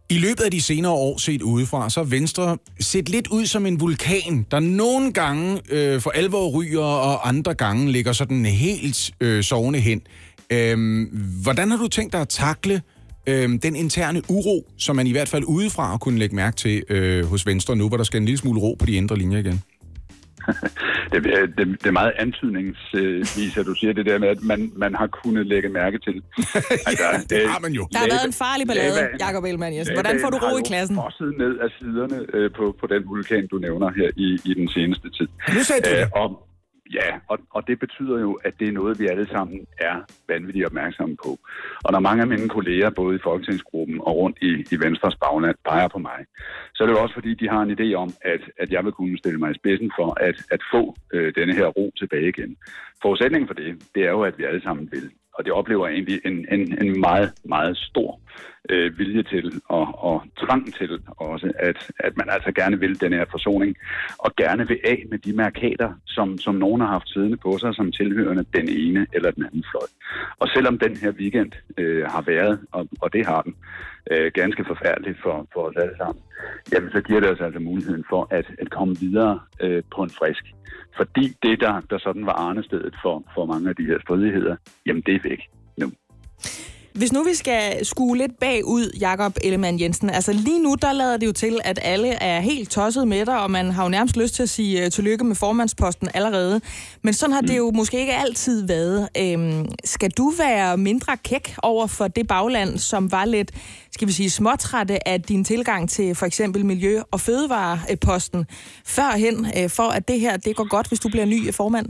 Speaker 4: I løbet af de senere år set udefra, så er Venstre set lidt ud som en vulkan, der nogle gange øh, for alvor ryger, og andre gange ligger sådan helt øh, sovende hen. Øhm, hvordan har du tænkt dig at takle øh, den interne uro, som man i hvert fald udefra kunne lægge mærke til øh, hos Venstre nu, hvor der skal en lille smule ro på de indre linjer igen?
Speaker 12: Det, det, det er meget antydningsvis, at du siger det der med, at man, man har kunnet lægge mærke til. Altså,
Speaker 4: ja, det har man jo.
Speaker 3: Der har været en farlig ballade, Jakob Ellemann-Jensen. Hvordan får du ro i klassen?
Speaker 12: Jeg har jo ned af siderne øh, på, på den vulkan, du nævner her i, i den seneste tid.
Speaker 4: Nu sagde du det.
Speaker 12: Og, ja, og, og det betyder jo, at det er noget, vi alle sammen er vanvittigt opmærksomme på. Og når mange af mine kolleger, både i Folketingsgruppen og rundt i, i Venstres bagland, peger på mig, så er det jo også fordi, de har en idé om, at, at jeg vil kunne stille mig i spidsen for at, at få øh, denne her ro tilbage igen. Forudsætningen for det, det er jo, at vi alle sammen vil. Og det oplever egentlig en, en, en meget, meget stor øh, vilje til og, og trang til også, at, at man altså gerne vil den her forsoning, og gerne vil af med de markader, som, som nogen har haft siddende på sig, som tilhørende den ene eller den anden fløj. Og selvom den her weekend øh, har været, og, og det har den, øh, ganske forfærdeligt for, for os alle sammen, jamen så giver det os altså muligheden for at, at komme videre øh, på en frisk. Fordi det, der, der sådan var arnestedet for, for mange af de her stridigheder, jamen det er væk nu.
Speaker 3: Hvis nu vi skal skue lidt bagud, Jakob Ellemann-Jensen, altså lige nu, der lader det jo til, at alle er helt tosset med dig, og man har jo nærmest lyst til at sige uh, tillykke med formandsposten allerede. Men sådan har det jo måske ikke altid været. Øhm, skal du være mindre kæk over for det bagland, som var lidt, skal vi sige, småtrætte af din tilgang til for eksempel miljø- og fødevareposten førhen, uh, for at det her, det går godt, hvis du bliver ny formand?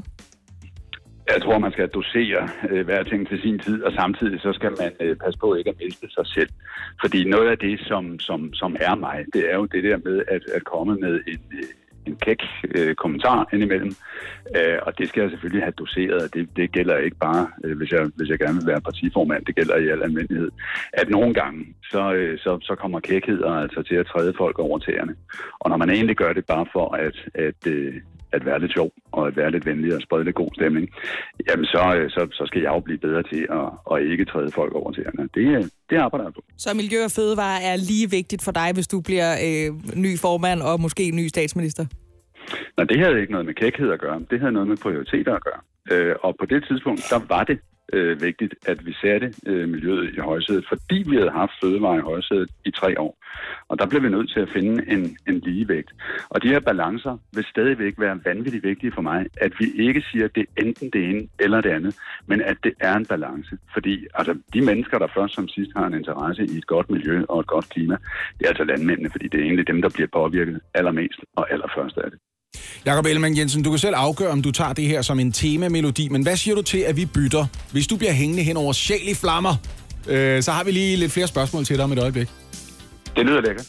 Speaker 12: Jeg tror, man skal dosere øh, hver ting til sin tid, og samtidig så skal man øh, passe på ikke at miste sig selv. Fordi noget af det, som, som, som er mig, det er jo det der med at, at komme med en, øh, en kæk øh, kommentar indimellem. Øh, og det skal jeg selvfølgelig have doseret, og det, det gælder ikke bare, øh, hvis, jeg, hvis jeg gerne vil være partiformand, det gælder i al almindelighed. At nogle gange, så, øh, så, så kommer kækheder altså til at træde folk over tæerne. Og når man egentlig gør det bare for at... at øh, at være lidt sjov, og at være lidt venlig og sprede lidt god stemning, jamen så, så, så skal jeg jo blive bedre til at, at ikke træde folk over tæerne. Det, det arbejder jeg på.
Speaker 3: Så miljø og fødevare er lige vigtigt for dig, hvis du bliver øh, ny formand og måske ny statsminister?
Speaker 12: Nej, det havde ikke noget med kækhed at gøre. Det havde noget med prioriteter at gøre. Øh, og på det tidspunkt, der var det øh, vigtigt, at vi satte øh, miljøet i højsædet, fordi vi havde haft fødevare i højsædet i tre år. Og der blev vi nødt til at finde en, en ligevægt. Og de her balancer vil stadigvæk være vanvittigt vigtige for mig, at vi ikke siger, at det er enten det ene eller det andet, men at det er en balance. Fordi altså, de mennesker, der først som sidst har en interesse i et godt miljø og et godt klima, det er altså landmændene, fordi det er egentlig dem, der bliver påvirket allermest og allerførst af det.
Speaker 4: Jakob Ellemann-Jensen, du kan selv afgøre, om du tager det her som en temamelodi, men hvad siger du til, at vi bytter? Hvis du bliver hængende hen over sjæl i flammer, øh, så har vi lige lidt flere spørgsmål til dig om et øjeblik.
Speaker 12: Det lyder lækkert.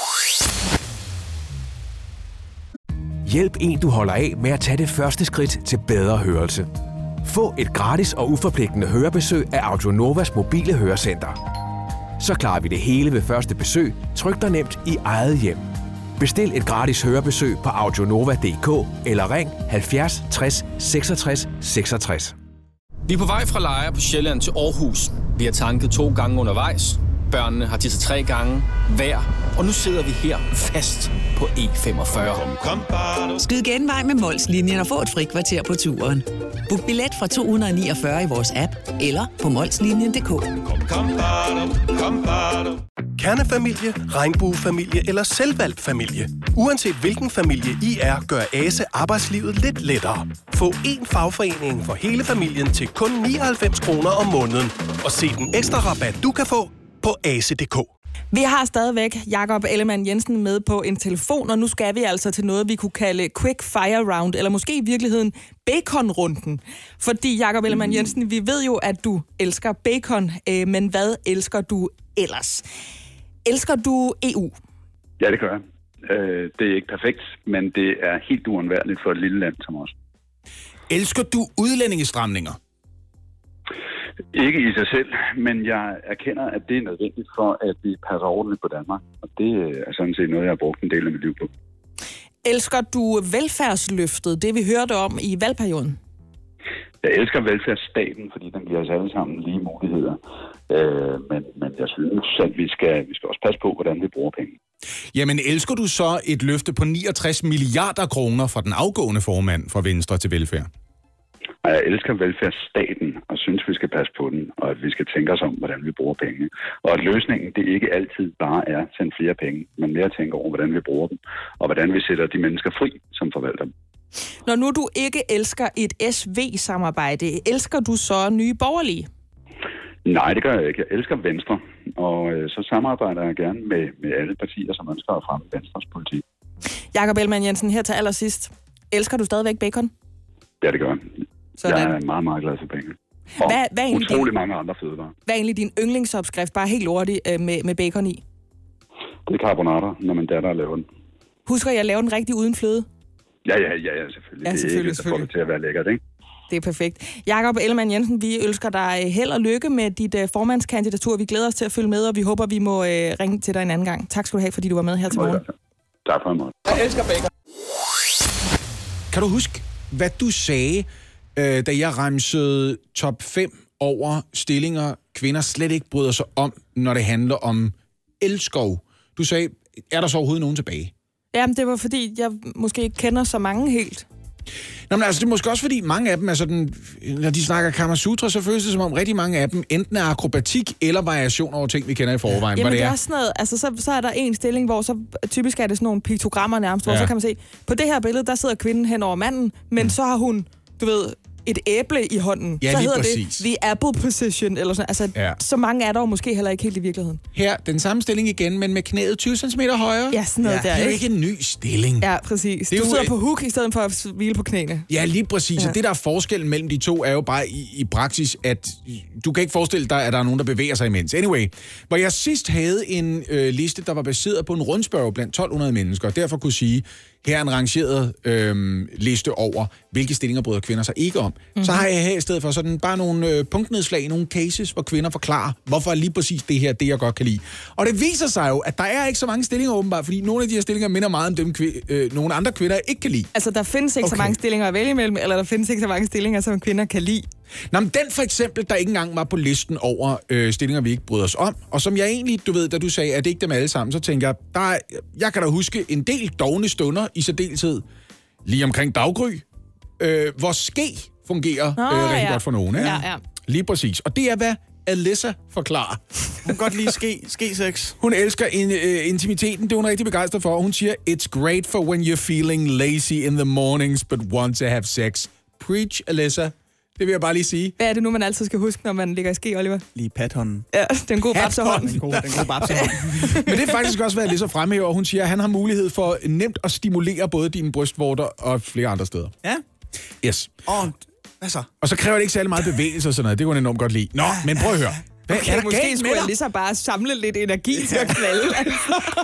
Speaker 8: Hjælp en, du holder af med at tage det første skridt til bedre hørelse. Få et gratis og uforpligtende hørebesøg af Audio Novas mobile hørecenter. Så klarer vi det hele ved første besøg, tryk dig nemt i eget hjem. Bestil et gratis hørebesøg på audionova punktum d k eller ring halvfjerds tres seksogtres seksogtres.
Speaker 9: Vi er på vej fra Lejre på Sjælland til Aarhus. Vi har tanket to gange undervejs. Børnene har tisset tre gange hver. Og nu sidder vi her fast på E femogfyrre.
Speaker 10: Skyd genvej med Mols-linjen og få et frikvarter på turen. Book billet fra to hundrede niogfyrre i vores app eller på molslinjen punktum d k.
Speaker 13: Kernefamilie, regnbuefamilie eller selvvalgt familie. Uanset hvilken familie I er, gør ASE arbejdslivet lidt lettere. Få én fagforening for hele familien til kun nioghalvfems kroner om måneden. Og se den ekstra rabat, du kan få på ase punktum d k.
Speaker 3: Vi har stadigvæk Jakob Ellemann-Jensen med på en telefon, og nu skal vi altså til noget, vi kunne kalde quick fire round, eller måske i virkeligheden baconrunden. Fordi Jakob Ellemann-Jensen, vi ved jo, at du elsker bacon, øh, men hvad elsker du ellers? Elsker du E U?
Speaker 12: Ja, det gør jeg. Øh, det er ikke perfekt, men det er helt uundværligt for et lille land som os.
Speaker 4: Elsker du udlændingestramninger?
Speaker 12: Ikke i sig selv, men jeg erkender, at det er nødvendigt for, at vi passer ordentligt på Danmark. Og det er sådan set noget, jeg har brugt en del af mit liv på.
Speaker 3: Elsker du velfærdsløftet, det vi hørte om i valgperioden?
Speaker 12: Jeg elsker velfærdsstaten, fordi den giver os alle sammen lige muligheder. Øh, men, men jeg synes, at vi skal, vi skal også passe på, hvordan vi bruger penge.
Speaker 4: Jamen, elsker du så et løfte på niogtres milliarder kroner fra den afgående formand fra Venstre til velfærd?
Speaker 12: Og jeg elsker velfærdsstaten, og synes, vi skal passe på den, og at vi skal tænke os om, hvordan vi bruger penge. Og at løsningen, det ikke altid bare er at sende flere penge, men mere at tænke over, hvordan vi bruger dem, og hvordan vi sætter de mennesker fri, som forvalter dem.
Speaker 3: Når nu du ikke elsker et S V-samarbejde, elsker du så Nye Borgerlige?
Speaker 12: Nej, det gør jeg ikke. Jeg elsker Venstre, og øh, så samarbejder jeg gerne med, med alle partier, som ønsker at fremme Venstres politik.
Speaker 3: Jakob Ellemann-Jensen, her til allersidst. Elsker du stadigvæk bacon?
Speaker 12: Ja, det gør jeg.
Speaker 3: Sådan.
Speaker 12: Jeg er meget, meget glad for bacon. Og
Speaker 3: hvad, hvad er
Speaker 12: utrolig
Speaker 3: din,
Speaker 12: mange andre fødevarer.
Speaker 3: Hvad er egentlig din yndlingsopskrift, bare helt hurtigt, øh, med, med bacon i?
Speaker 12: Det er carbonater, når man datter laver den.
Speaker 3: Husker jeg at lave den rigtig uden fløde?
Speaker 12: Ja, ja, ja, ja selvfølgelig.
Speaker 3: Ja, selvfølgelig,
Speaker 12: det er ikke,
Speaker 3: selvfølgelig.
Speaker 12: får det til at være lækkert, ikke?
Speaker 3: Det er perfekt. Jakob Ellemann-Jensen, vi ønsker dig held og lykke med dit uh, formandskandidatur. Vi glæder os til at følge med, og vi håber, vi må uh, ringe til dig en anden gang. Tak skal du have, fordi du var med her til morgen.
Speaker 12: Tak for i morgen.
Speaker 4: Jeg elsker bacon. Kan du huske, hvad du sagde, øh, da jeg remsede top fem over stillinger, kvinder slet ikke bryder sig om, når det handler om elskov? Du sagde, er der så overhovedet nogen tilbage?
Speaker 3: Jamen, det var fordi, jeg måske ikke kender så mange helt.
Speaker 4: Nå, men altså, det er måske også fordi, mange af dem er sådan, når de snakker Kama Sutra, så føles det som om rigtig mange af dem enten er akrobatik eller variation over ting, vi kender i forvejen.
Speaker 3: Jamen,
Speaker 4: det
Speaker 3: det
Speaker 4: er
Speaker 3: er sådan noget, altså så, så er der en stilling, hvor så typisk er det sådan nogle piktogrammer nærmest, hvor
Speaker 4: Ja.
Speaker 3: så kan man se, på det her billede, der sidder kvinden hen over manden, men mm. så har hun, du ved, et æble i hånden.
Speaker 4: Ja,
Speaker 3: så
Speaker 4: lige
Speaker 3: hedder
Speaker 4: præcis.
Speaker 3: det the apple position, eller sådan. Altså,
Speaker 4: Ja.
Speaker 3: så mange er der jo måske heller ikke helt i virkeligheden.
Speaker 4: Her, den samme stilling igen, men med knæet tyve centimeter højere.
Speaker 3: Ja, sådan noget
Speaker 4: ja,
Speaker 3: der,
Speaker 4: det er jo
Speaker 3: ikke?
Speaker 4: ikke en ny stilling.
Speaker 3: Ja, præcis.
Speaker 4: Det er
Speaker 3: Du
Speaker 4: jo
Speaker 3: sidder
Speaker 4: et-
Speaker 3: på hook i stedet for at hvile på knæene.
Speaker 4: Ja, lige præcis.
Speaker 3: Ja.
Speaker 4: Og det, der er forskellen mellem de to, er jo bare i, i praksis, at du kan ikke forestille dig, at der er nogen, der bevæger sig imens. Anyway, hvor jeg sidst havde en øh, liste, der var baseret på en rundspørg blandt tolv hundrede mennesker, og derfor kunne sige, her er en rangeret øh, liste over, hvilke stillinger bryder kvinder sig ikke om. Mm-hmm. Så har jeg her i stedet for sådan bare nogle øh, punktnedslag, nogle cases, hvor kvinder forklarer, hvorfor er lige præcis det her, det jeg godt kan lide. Og det viser sig jo, at der er ikke så mange stillinger åbenbart, fordi nogle af de her stillinger minder meget om dem, kvi- øh, nogle andre kvinder ikke kan lide.
Speaker 3: Altså, der findes ikke okay. så mange stillinger at vælge imellem, eller der findes ikke så mange stillinger, som kvinder kan lide.
Speaker 4: Nå, men den for eksempel, der ikke engang var på listen over øh, stillinger, vi ikke bryder os om, og som jeg egentlig, du ved, da du sagde, at det ikke dem alle sammen, så tænker jeg, der er, jeg kan da huske en del dovne stunder i særdeleshed, lige omkring daggry, øh, hvor ske fungerer
Speaker 3: Nå,
Speaker 4: øh, rigtig
Speaker 3: ja.
Speaker 4: godt for nogen. Ikke?
Speaker 3: Ja, ja.
Speaker 4: Lige præcis. Og det er, hvad Alyssa forklarer.
Speaker 2: Hun kan godt lide ske, ske sex.
Speaker 4: Hun elsker in, uh, intimiteten, det er hun rigtig begejstret for. Hun siger, it's great for when you're feeling lazy in the mornings, but want to have sex. Preach, Alyssa. Det vil jeg bare lige sige.
Speaker 3: Hvad er det nu, man altid skal huske, når man ligger i ske, Oliver?
Speaker 2: Lige pathånden.
Speaker 3: Ja, den gode babsehånd.
Speaker 2: Den gode, den gode babsehånd.
Speaker 4: Men det er faktisk også, hvad Alyssa fremhæver. Hun siger, at han har mulighed for nemt at stimulere både dine brystvorter og flere andre steder.
Speaker 2: Ja.
Speaker 4: Yes.
Speaker 2: Og hvad så?
Speaker 4: Og så kræver det ikke særlig meget bevægelse og sådan noget. Det kunne hun enormt godt lide. Nå, men prøv at høre. Hvad
Speaker 3: Okay,
Speaker 4: er der
Speaker 3: måske
Speaker 4: galt med
Speaker 3: skulle jeg
Speaker 4: dig?
Speaker 3: lige så bare samle lidt energi til at knalde. Altså.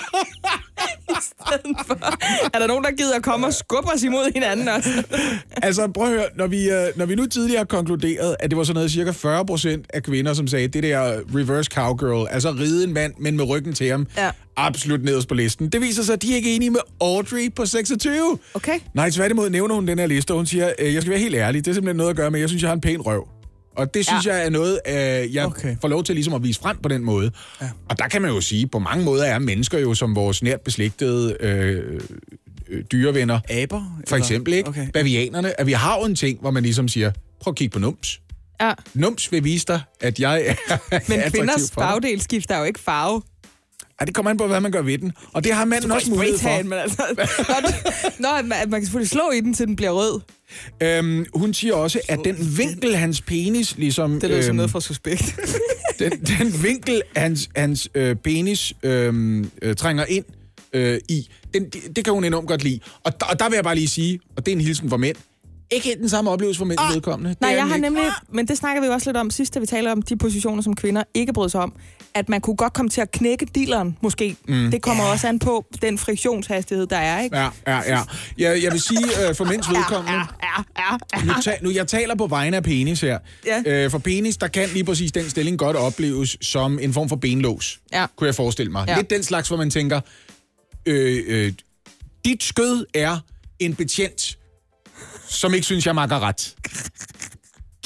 Speaker 3: I stedet for. Er der nogen, der gider at komme og skubbe os imod hinanden også?
Speaker 4: Altså, prøv at høre. Når vi, øh, når vi nu tidligere har konkluderet, at det var sådan noget cirka fyrre procent af kvinder, som sagde, det der reverse cowgirl, altså ride en mand, men med ryggen til ham,
Speaker 3: Ja.
Speaker 4: absolut nederst på listen. Det viser sig, at de er ikke enige med Audrey på seksogtyve.
Speaker 3: Okay.
Speaker 4: Nej, tværtimod nævner hun den her liste, og hun siger, øh, jeg skal være helt ærlig, det er simpelthen noget at gøre med, jeg synes, jeg har en pæn røv. Og det synes ja. jeg er noget, øh, jeg okay.
Speaker 2: Okay.
Speaker 4: får lov til ligesom at vise frem på den måde. Ja. Og der kan man jo sige, på mange måder er mennesker jo som vores nært beslægtede øh, øh, dyrevenner.
Speaker 2: Aber?
Speaker 4: For eksempel, ikke?
Speaker 2: Okay.
Speaker 4: Bavianerne. At vi har jo en ting, hvor man ligesom siger, prøv at kigge på nums.
Speaker 3: Ja.
Speaker 4: Nums vil vise dig, at jeg er
Speaker 3: Men
Speaker 4: attraktiv
Speaker 3: kvinders
Speaker 4: for dig.
Speaker 3: bagdel skifter jo ikke farve.
Speaker 4: Ja, det kommer an på, hvad man gør ved den. Og det har manden også mulighed for.
Speaker 3: Men altså, Nå, man, man kan selvfølgelig slå i den, til den bliver rød.
Speaker 4: Øhm, hun siger også, at den vinkel, hans penis ligesom...
Speaker 3: Det lyder som
Speaker 4: øhm,
Speaker 3: noget for suspekt.
Speaker 4: den, den vinkel, hans, hans øh, penis øh, øh, trænger ind øh, i, den, det, det kan hun enormt godt lide. Og, og der vil jeg bare lige sige, og det er en hilsen for mænd, ikke helt den samme oplevelse for mænd ah, vedkommende. Det
Speaker 3: Nej,
Speaker 4: er
Speaker 3: jeg
Speaker 4: den
Speaker 3: har
Speaker 4: ikke.
Speaker 3: nemlig, men det snakker vi jo også lidt om sidst, da vi taler om de positioner, som kvinder ikke bryder sig om, at man kunne godt komme til at knække dilleren, måske. Mm. Det kommer ja. også an på den friktionshastighed, der er, ikke?
Speaker 4: Ja, ja, ja. Jeg, jeg vil sige, øh, for mænds vedkommende...
Speaker 3: Ja, ja, ja,
Speaker 4: Nu, ta- nu, jeg taler på vegne af penis her.
Speaker 3: Ja.
Speaker 4: Øh, for penis, der kan lige præcis den stilling godt opleves som en form for benlås.
Speaker 3: Ja.
Speaker 4: Kunne jeg forestille mig.
Speaker 3: Ja.
Speaker 4: Lidt den slags, hvor man tænker, øh, øh, dit skød er en betjent, som ikke synes, jeg makker ret.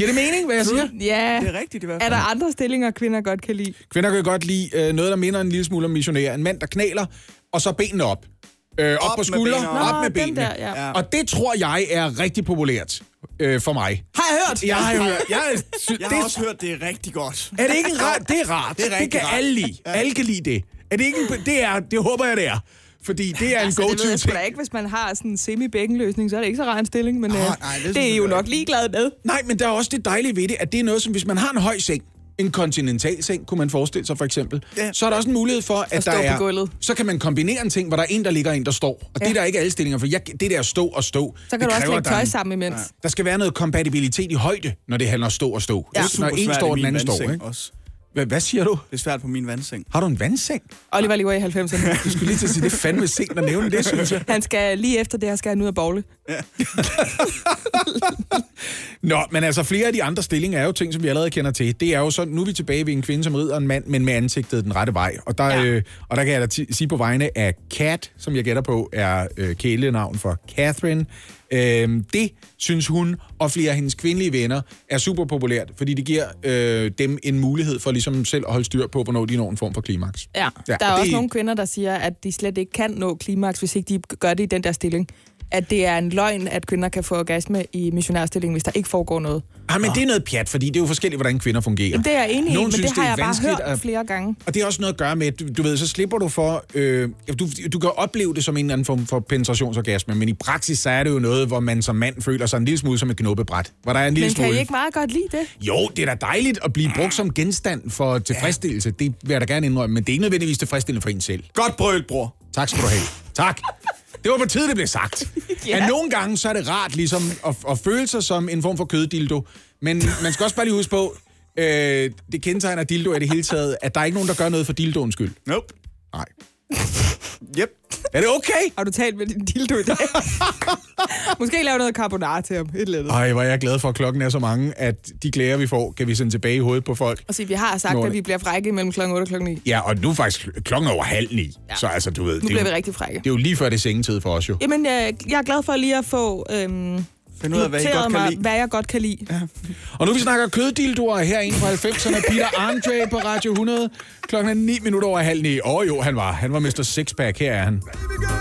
Speaker 4: Giver det mening, hvad jeg siger?
Speaker 3: Ja.
Speaker 2: Det er rigtigt i hvert
Speaker 3: Er
Speaker 2: fald.
Speaker 3: der andre stillinger, kvinder godt kan lide?
Speaker 4: Kvinder kan godt lide øh, noget, der minder en lille smule om missionær. En mand, der knæler, og så benene op. Øh, op,
Speaker 2: Op
Speaker 4: på
Speaker 2: med
Speaker 4: skuldre,
Speaker 2: benene.
Speaker 4: op
Speaker 3: Nå,
Speaker 4: med
Speaker 3: dem
Speaker 4: benene.
Speaker 3: der, ja.
Speaker 2: Ja.
Speaker 4: Og det tror jeg er rigtig populært øh, for mig.
Speaker 2: Har jeg hørt?
Speaker 4: Jeg har hørt. Jeg, sy-
Speaker 2: Jeg
Speaker 4: det,
Speaker 2: har også hørt, det er rigtig godt.
Speaker 4: Er det ikke en rart? Det er rart.
Speaker 2: Det er
Speaker 4: det
Speaker 2: rigtig
Speaker 4: kan
Speaker 2: rart.
Speaker 4: alle lide.
Speaker 2: Ja.
Speaker 4: Alle kan lide det. Er det ikke en, det er, det håber jeg, det er. Fordi det er en
Speaker 3: Altså, det ved
Speaker 4: go-to
Speaker 3: jeg sgu
Speaker 4: ting.
Speaker 3: da ikke. Hvis man har sådan en semi-bækkenløsning, så er det ikke så rar en stilling, men øh,
Speaker 2: nej, det
Speaker 3: det,
Speaker 2: synes
Speaker 3: det er
Speaker 2: jeg
Speaker 3: jo
Speaker 2: ikke.
Speaker 3: nok ligeglad med.
Speaker 4: Nej, men der er også det dejlige ved det, at det er noget, som hvis man har en høj seng, en kontinental seng, kunne man forestille sig for eksempel,
Speaker 2: Ja.
Speaker 4: så er der også en mulighed for, at,
Speaker 3: At stå
Speaker 4: der
Speaker 3: på
Speaker 4: er...
Speaker 3: gulvet.
Speaker 4: Så kan man kombinere en ting, hvor der er en, der ligger og en, der står. Og ja. det er der ikke alle stillinger, for jeg, det der at stå og stå,
Speaker 3: Så kan
Speaker 4: det
Speaker 3: du også
Speaker 4: kræver,
Speaker 3: lægge
Speaker 4: der er
Speaker 3: tøj
Speaker 4: en-
Speaker 3: sammen imens.
Speaker 4: Ja. Der skal være noget kompatibilitet i højde, når det handler om stå og stå.
Speaker 3: Ja.
Speaker 4: Når
Speaker 2: Super
Speaker 4: en
Speaker 2: svært
Speaker 4: står,
Speaker 2: i
Speaker 4: og den
Speaker 2: min
Speaker 4: anden står.
Speaker 2: vandseng
Speaker 4: Ikke?
Speaker 2: også.
Speaker 4: Hvad, hvad siger du?
Speaker 2: Det er svært på min vandseng.
Speaker 4: Har du en vandseng?
Speaker 3: Oliver lever i halvfemserne.
Speaker 4: Du skulle lige til at sige, det er fandme sent at nævne det, synes jeg.
Speaker 3: Han skal lige efter det her, skal han ud af bogle.
Speaker 4: Nå, men altså flere af de andre stillinger er jo ting, som vi allerede kender til. Det er jo så, nu er vi tilbage ved en kvinde, som rider en mand, men med ansigtet den rette vej. Og der, ja. øh, og der kan jeg da ti- sige på vegne af Kat, som jeg gætter på, er øh, kælenavn for Catherine. Øh, det synes hun og flere af hendes kvindelige venner er super populært, fordi det giver øh, dem en mulighed for ligesom selv at holde styr på, hvornår de når en form for klimaks.
Speaker 3: Ja,
Speaker 4: Ja,
Speaker 3: der er
Speaker 4: og
Speaker 3: også
Speaker 4: det-
Speaker 3: nogle kvinder, der siger, at de slet ikke kan nå klimaks, hvis ikke de gør det i den der stilling. At det er en løgn, at kvinder kan få orgasme i missionærstillingen, hvis der ikke foregår noget.
Speaker 4: Ah, men det er noget pjat, fordi det er jo forskelligt, hvordan kvinder fungerer.
Speaker 3: Jamen, det er jeg enig i,
Speaker 4: Nogen
Speaker 3: men
Speaker 4: synes,
Speaker 3: det har
Speaker 4: er
Speaker 3: jeg bare
Speaker 4: vanskeligt
Speaker 3: hørt
Speaker 4: at-
Speaker 3: flere gange.
Speaker 4: Og det er også noget at gøre med, du, du ved, så slipper du for... Øh, du, du kan opleve det som en eller anden form for penetrationsorgasme, men i praksis så er det jo noget, hvor man som mand føler sig en lille smule som et knuppebræt. Hvor der er en lille
Speaker 3: Men kan
Speaker 4: smule...
Speaker 3: I ikke meget godt lide det?
Speaker 4: Jo, det er da dejligt at blive brugt som genstand for tilfredsstillelse. Ja. Det vil jeg da gerne indrømme, men det er ikke nødvendigvis tilfredsstillende for en selv.
Speaker 2: Godt brøl, bror.
Speaker 4: Tak skal du have. Tak. Det var på tide, det blev sagt.
Speaker 3: Ja.
Speaker 4: At nogle gange, så er det rart ligesom at, at føle sig som en form for køddildo. Men man skal også bare lige huske på, øh, det kendetegner dildo i det hele taget, at der er ikke nogen, der gør noget for dildoens skyld.
Speaker 2: Nope.
Speaker 4: Nej.
Speaker 2: Yep.
Speaker 4: Er det okay?
Speaker 3: Har du talt med din dildo i dag? Måske lave noget carbonara til ham, et eller andet.
Speaker 4: Ej, hvor er jeg glad for, at klokken er så mange, at de klager, vi får, kan vi sende tilbage i hovedet på folk.
Speaker 3: Og sige, vi har sagt,
Speaker 4: Nå,
Speaker 3: at vi bliver frække mellem klokken otte og klokken ni.
Speaker 4: Ja, og nu er faktisk klokken over halv ni. Ja. Så altså, du ved...
Speaker 3: Nu
Speaker 4: det er
Speaker 3: bliver
Speaker 4: jo,
Speaker 3: vi rigtig frække.
Speaker 4: Det er jo lige før det er sengetid for os jo.
Speaker 3: Jamen, jeg, jeg er glad for lige at få øhm,
Speaker 2: Find ud af, hvad I
Speaker 3: noteret
Speaker 2: godt kan
Speaker 3: mig,
Speaker 2: lide.
Speaker 3: hvad jeg godt kan lide. Ja.
Speaker 4: Og nu vi snakker køddildoer her en fra halvfemserne. Peter Andre på Radio hundrede. Klokken er ni minutter over halv ni. Åh oh, jo, han var. Han var mister Sixpack. Her er han.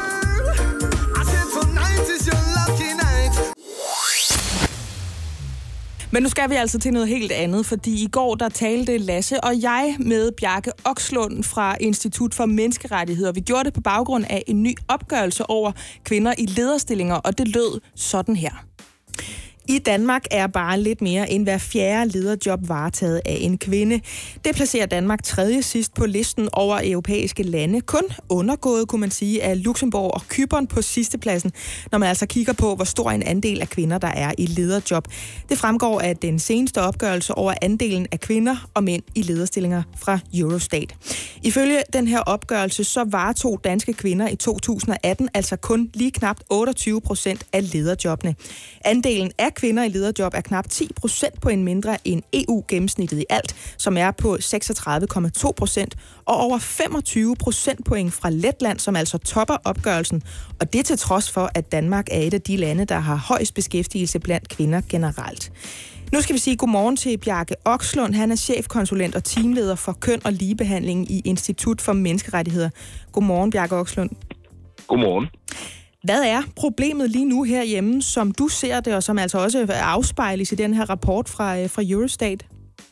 Speaker 3: Men nu skal vi altså til noget helt andet, fordi i går der talte Lasse og jeg med Bjarke Okslund fra Institut for Menneskerettigheder. Vi gjorde det på baggrund af en ny opgørelse over kvinder i lederstillinger, og det lød sådan her. I Danmark er bare lidt mere end hver fjerde lederjob varetaget af en kvinde. Det placerer Danmark tredje sidst på listen over europæiske lande. Kun undergået, kunne man sige, af Luxembourg og Cypern på sidstepladsen, når man altså kigger på, hvor stor en andel af kvinder, der er i lederjob. Det fremgår af den seneste opgørelse over andelen af kvinder og mænd i lederstillinger fra Eurostat. Ifølge den her opgørelse, så varetog danske kvinder i to tusind og atten altså kun lige knap otteogtyve procent af lederjobbene. Andelen af kvinder i lederjob er knap ti procent point mindre end E U-gennemsnittet i alt, som er på seksogtredive komma to procent, og over femogtyve procentpoint fra Letland, som altså topper opgørelsen. Og det til trods for, at Danmark er et af de lande, der har højst beskæftigelse blandt kvinder generelt. Nu skal vi sige godmorgen til Bjarke Okslund. Han er chefkonsulent og teamleder for køn og ligebehandling i Institut for Menneskerettigheder. Godmorgen, Bjarke Okslund.
Speaker 14: Godmorgen.
Speaker 3: Hvad er problemet lige nu herhjemme, som du ser det, og som altså også afspejles i den her rapport fra, fra Eurostat?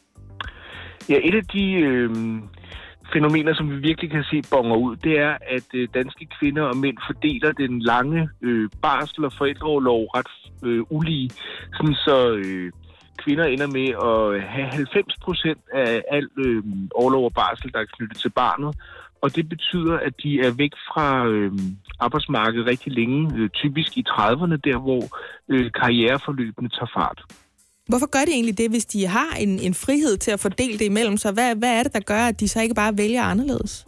Speaker 14: Ja, et af de øh, fænomener, som vi virkelig kan se bonger ud, det er, at øh, danske kvinder og mænd fordeler den lange øh, barsel- og forældreorlov ret øh, ulige, sådan så øh, kvinder ender med at have halvfems procent af al øh, orlov og barsel, der er knyttet til barnet. Og det betyder, at de er væk fra øh, arbejdsmarkedet rigtig længe, øh, typisk i trediverne, der hvor øh, karriereforløbene tager fart.
Speaker 3: Hvorfor gør de egentlig det, hvis de har en, en frihed til at fordele det imellem sig? Hvad, hvad er det, der gør, at de så ikke bare vælger anderledes?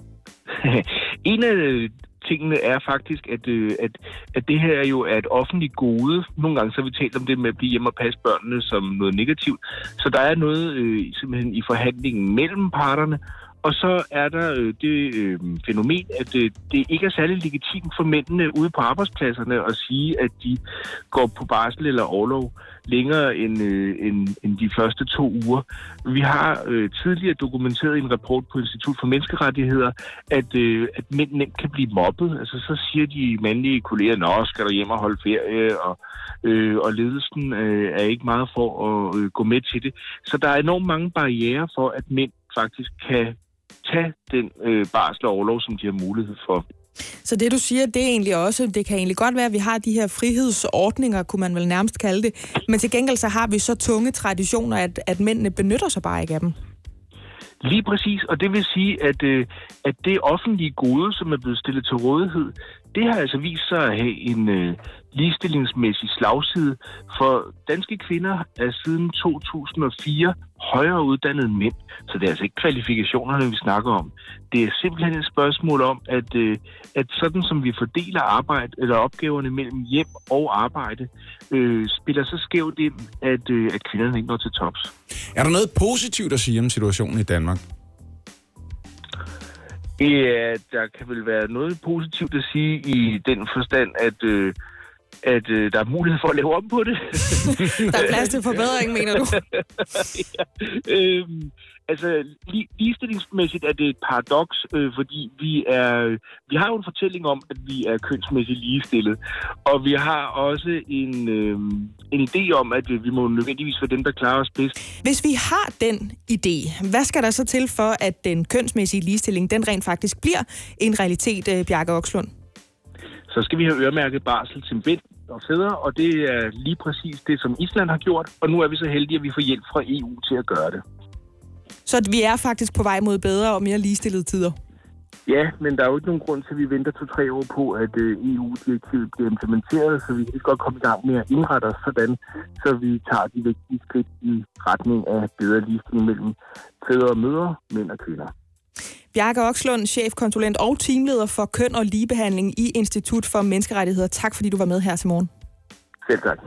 Speaker 14: En af tingene er faktisk, at, øh, at, at det her jo er et offentligt gode. Nogle gange så har vi talt om det med at blive hjemme og passe børnene som noget negativt. Så der er noget øh, simpelthen i forhandlingen mellem parterne, Og så er der øh, det øh, fænomen, at øh, det ikke er særlig legitimt for mændene ude på arbejdspladserne at sige, at de går på barsel eller orlov længere end, øh, end, end de første to uger. Vi har øh, tidligere dokumenteret i en rapport på Institut for Menneskerettigheder, at, øh, at mænd nemt kan blive mobbet. Altså så siger de mandlige kolleger, nå, skal der hjem og holde ferie, og, øh, og ledelsen øh, er ikke meget for at øh, gå med til det. Så der er enormt mange barrierer for, at mænd faktisk kan tage den øh, barsel og orlov, som de har mulighed for.
Speaker 3: Så det, du siger, det er egentlig også, det kan egentlig godt være, at vi har de her frihedsordninger, kunne man vel nærmest kalde det, men til gengæld så har vi så tunge traditioner, at, at mændene benytter sig bare ikke af dem.
Speaker 14: Lige præcis, og det vil sige, at, øh, at det offentlige gode, som er blevet stillet til rådighed, det har altså vist sig at have en øh, ligestillingsmæssig slagside, for danske kvinder er siden to tusind og fire højere uddannede mænd, så det er altså ikke kvalifikationerne, vi snakker om. Det er simpelthen et spørgsmål om, at, øh, at sådan som vi fordeler arbejde eller opgaverne mellem hjem og arbejde, øh, spiller så skævt ind, at, øh, at kvinderne ikke når til tops.
Speaker 4: Er der noget positivt at sige om situationen i Danmark?
Speaker 14: Ja, der kan vel være noget positivt at sige i den forstand, at, øh, at øh, der er mulighed for at lave om på det.
Speaker 3: Der er plads til forbedring, mener du?
Speaker 14: ja, øh, altså, li- ligestillingsmæssigt er det et paradoks, øh, fordi vi er, vi har jo en fortælling om, at vi er kønsmæssigt ligestillet, og vi har også en, øh, en idé om, at vi må nødvendigvis være dem, der klarer os bedst.
Speaker 3: Hvis vi har den idé, hvad skal der så til for, at den kønsmæssige ligestilling, den rent faktisk bliver en realitet, Bjarke Okslund?
Speaker 14: Så skal vi have øremærket barsel til mænd og fædre, og det er lige præcis det, som Island har gjort, og nu er vi så heldige, at vi får hjælp fra E U til at gøre det.
Speaker 3: Så vi er faktisk på vej mod bedre og mere ligestillede tider?
Speaker 14: Ja, men der er jo ikke nogen grund til, at vi venter to-tre år på, at E U-direktivet bliver implementeret, så vi kan godt komme i gang med at indrette os sådan, så vi tager de vigtige skridt i retning af bedre ligestilling mellem fædre og mødre, mænd og kvinder.
Speaker 3: Bjarke Okslund, chefkonsulent og teamleder for køn og ligebehandling i Institut for Menneskerettigheder. Tak fordi du var med her til morgen.
Speaker 14: Selv tak.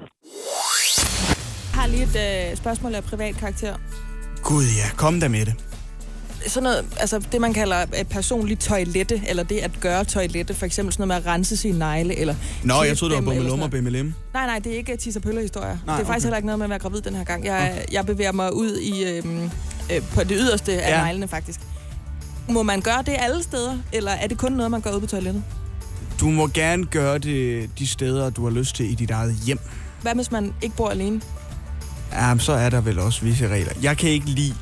Speaker 3: Jeg har lige et øh, spørgsmål af privat karakter.
Speaker 2: Gud ja, kom da med det.
Speaker 3: Sådan noget, altså det man kalder et personligt toilette, eller det at gøre toilette, for eksempel sådan noget med at rense sine negle, eller...
Speaker 2: Nå, jeg troede, det var Bummelum og B M L M.
Speaker 3: Nej, nej, det er ikke tis- og pøller-historier. Det er
Speaker 2: okay.
Speaker 3: faktisk heller ikke noget med at være gravid den her gang. Jeg, okay. jeg bevæger mig ud i øh, øh, på det yderste af ja. neglene, faktisk. Må man gøre det alle steder, eller er det kun noget, man gør ude på toilettet?
Speaker 2: Du må gerne gøre det de steder, du har lyst til i dit eget hjem.
Speaker 3: Hvad hvis man ikke bor alene?
Speaker 2: Ja, så er der vel også visse regler. Jeg kan ikke lide,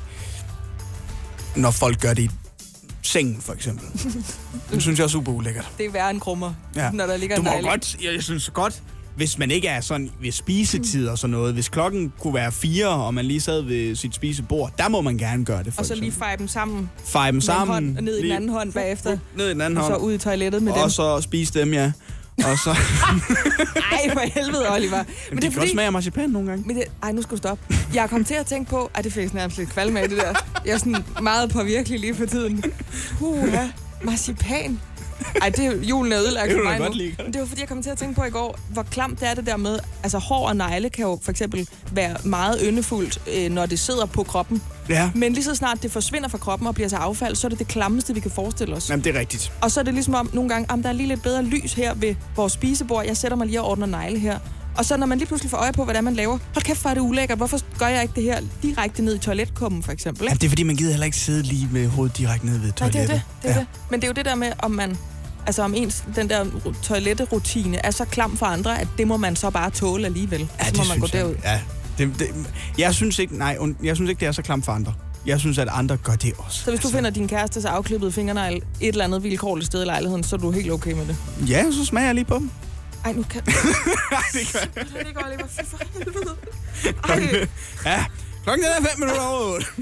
Speaker 2: når folk gør det i sengen, for eksempel. Det synes jeg er super ulækkert.
Speaker 3: Det er værre en krummer, ja. Når der ligger
Speaker 2: du
Speaker 3: en negle.
Speaker 2: Må godt, jeg synes godt, hvis man ikke er sådan ved spisetid og sådan noget. Hvis klokken kunne være fire, og man lige sad ved sit spisebord, der må man gerne gøre det, for
Speaker 3: Og så
Speaker 2: eksempel.
Speaker 3: lige feje dem sammen.
Speaker 2: Feje dem sammen.
Speaker 3: Hånd, og ned i den anden hånd bagefter.
Speaker 2: Ned i den anden
Speaker 3: og
Speaker 2: hånd.
Speaker 3: Og så ud i toilettet med
Speaker 2: og
Speaker 3: dem.
Speaker 2: Og så spise dem, ja. Og så...
Speaker 3: Ej, for helvede, Oliver. Men
Speaker 2: det, det
Speaker 3: kan
Speaker 2: fordi... også smage af marcipan nogle gange.
Speaker 3: Men det... Ej, nu skal du stoppe. Jeg kom til at tænke på... Ej, det fik nærmest lidt kvalme af det der. Jeg er sådan meget påvirkelig lige for tiden. Uh, ja. Marcipan. Ej, det er julen er ødelagt for mig nu. Men det var fordi, jeg kom til at tænke på i går, hvor klamt det er det der med... Altså, hår og negle kan jo for eksempel være meget yndefuldt, øh, når det sidder på kroppen.
Speaker 2: Ja.
Speaker 3: Men lige så snart det forsvinder fra kroppen og bliver til affald, så er det det klammeste, vi kan forestille os.
Speaker 2: Jamen, det er rigtigt.
Speaker 3: Og så er det ligesom om, nogle gange, om der er lige lidt bedre lys her ved vores spisebord. Jeg sætter mig lige og ordner negle her. Og så når man lige pludselig får øje på, hvad det er, man laver. Hold kæft, hvor er det ulækkert. Hvorfor gør jeg ikke det her direkte ned i toiletkummen, for eksempel? Ikke?
Speaker 2: Jamen, det er fordi, man gider heller ikke sidde lige med hovedet direkte ned ved toilettet.
Speaker 3: Nej, det er det. det, er ja. det. Men det er jo det der med, om man... Altså om ens, den der toiletterutine er så klam for andre, at det må man så bare tåle alligevel.
Speaker 2: Ja,
Speaker 3: så
Speaker 2: det
Speaker 3: må man gå
Speaker 2: jeg.
Speaker 3: derud.
Speaker 2: Ja, det, det, jeg synes ikke, nej, jeg synes ikke, det er så klam for andre. Jeg synes, at andre gør det også.
Speaker 3: Så hvis du altså. finder din kæreste så afklippet fingernegl et eller andet vilkårligt sted i lejligheden, så er du helt okay med det?
Speaker 2: Ja, så smager jeg lige på dem.
Speaker 3: Ej, nu kan...
Speaker 2: Nej, det kan jeg.
Speaker 3: Det går lige, fy for helvede. Ej.
Speaker 2: Ja, klokken er fem minutter over otte.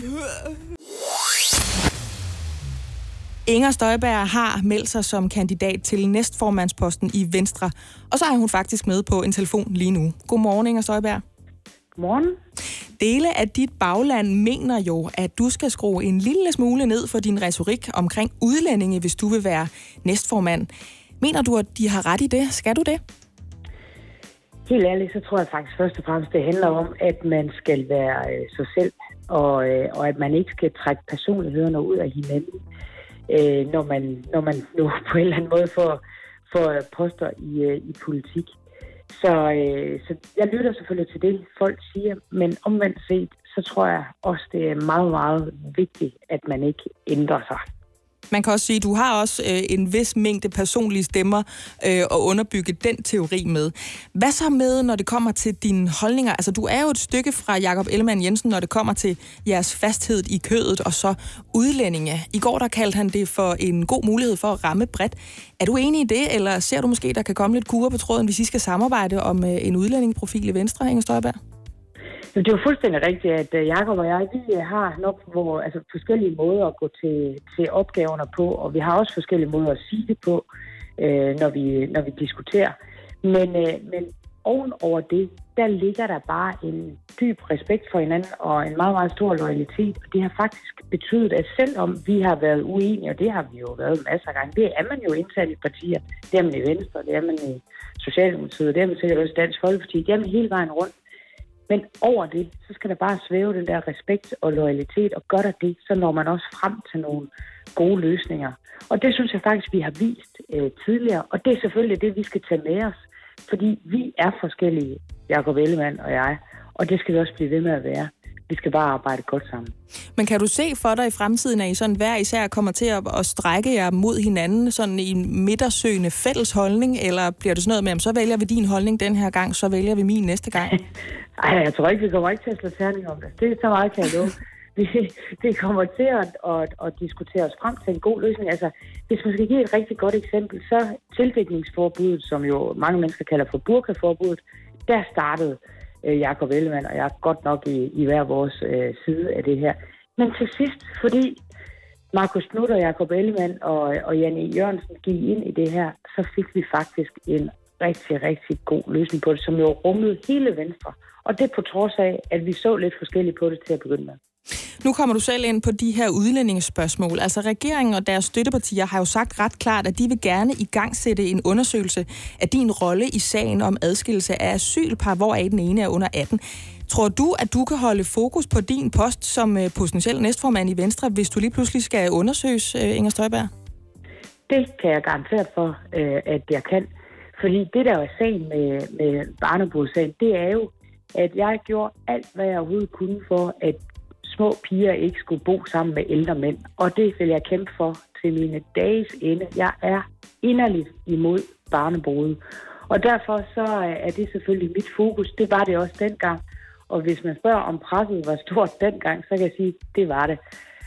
Speaker 3: Inger Støjberg har meldt sig som kandidat til næstformandsposten i Venstre, og så er hun faktisk med på en telefon lige nu. Godmorgen, Inger Støjberg.
Speaker 15: Godmorgen.
Speaker 3: Dele af dit bagland mener jo, at du skal skrue en lille smule ned for din retorik omkring udlændinge, hvis du vil være næstformand. Mener du, at de har ret i det? Skal du det?
Speaker 15: Helt ærligt, så tror jeg faktisk først og fremmest, det handler om, at man skal være sig selv og, øh, og at man ikke skal trække personlighederne ud af hinanden, øh, når, man, når man nu på en eller anden måde får, får poster i, øh, i politik. Så, øh, så jeg lytter selvfølgelig til det, folk siger, men omvendt set, så tror jeg også, det er meget, meget vigtigt, at man ikke ændrer sig.
Speaker 3: Man kan også sige, at du har også øh, en vis mængde personlige stemmer øh, at underbygge den teori med. Hvad så med, når det kommer til dine holdninger? Altså, du er jo et stykke fra Jakob Ellemann-Jensen, når det kommer til jeres fasthed i kødet og så udlændinge. I går der kaldte han det for en god mulighed for at ramme bredt. Er du enig i det, eller ser du måske, der kan komme lidt kurer på tråden, hvis I skal samarbejde om øh, en udlændingeprofil i Venstre, Inger Støjberg?
Speaker 15: Det er jo fuldstændig rigtigt, at Jakob og jeg, vi har nok hvor, altså, forskellige måder at gå til, til opgaverne på, og vi har også forskellige måder at sige det på, øh, når, vi, når vi diskuterer. Men, øh, men oven over det, der ligger der bare en dyb respekt for hinanden og en meget, meget stor loyalitet. Og det har faktisk betydet, at selvom vi har været uenige, og det har vi jo været masser af gange, det er man jo indsat i partier. Det er man i Venstre, det er man i Socialdemokratiet, det er man sikkert også i Dansk Folkeparti, det er man hele vejen rundt. Men over det, så skal der bare svæve den der respekt og loyalitet, og gør der det, så når man også frem til nogle gode løsninger. Og det synes jeg faktisk, vi har vist øh, tidligere, og det er selvfølgelig det, vi skal tage med os, fordi vi er forskellige, Jakob Ellemann og jeg, og det skal vi også blive ved med at være. Vi skal bare arbejde godt sammen.
Speaker 3: Men kan du se for dig i fremtiden, at I sådan hver især kommer til at, at strække jer mod hinanden sådan i en midtersøgende fælles holdning, eller bliver det sådan noget med, at så vælger vi din holdning den her gang, så vælger vi min næste gang?
Speaker 15: Ej, jeg tror ikke, vi kommer ikke til at slå terning om det. Det er så meget, kan jeg love. Vi, vi kommer til at, at, at diskutere os frem til en god løsning. Altså, hvis man skal give et rigtig godt eksempel, så tildækningsforbuddet, som jo mange mennesker kalder for burkaforbuddet, der startede øh, Jakob Ellemann og jeg er godt nok i, i hver vores øh, side af det her. Men til sidst, fordi Marcus Knuth og Jakob Ellemann og, og Jan E. Jørgensen gik ind i det her, så fik vi faktisk en rigtig, rigtig god løsning på det, som jo rummede hele Venstre. Og det på trods af, at vi så lidt forskelligt på det til at begynde med.
Speaker 3: Nu kommer du selv ind på de her udlændingespørgsmål. Altså regeringen og deres støttepartier har jo sagt ret klart, at de vil gerne i gang sætte en undersøgelse af din rolle i sagen om adskillelse af asylpar, hvoraf den ene er under atten. Tror du, at du kan holde fokus på din post som potentiel næstformand i Venstre, hvis du lige pludselig skal undersøges, Inger Støjberg?
Speaker 15: Det kan jeg garantere for, at jeg kan. Fordi det, der er sagen med, med barnebrudssagen, det er jo, at jeg gjorde alt, hvad jeg overhovedet kunne for, at små piger ikke skulle bo sammen med ældre mænd. Og det vil jeg kæmpe for til mine dages ende. Jeg er inderligt imod barnebrud. Og derfor så er det selvfølgelig mit fokus. Det var det også dengang. Og hvis man spørger, om presset var stort dengang, så kan jeg sige, at det var det.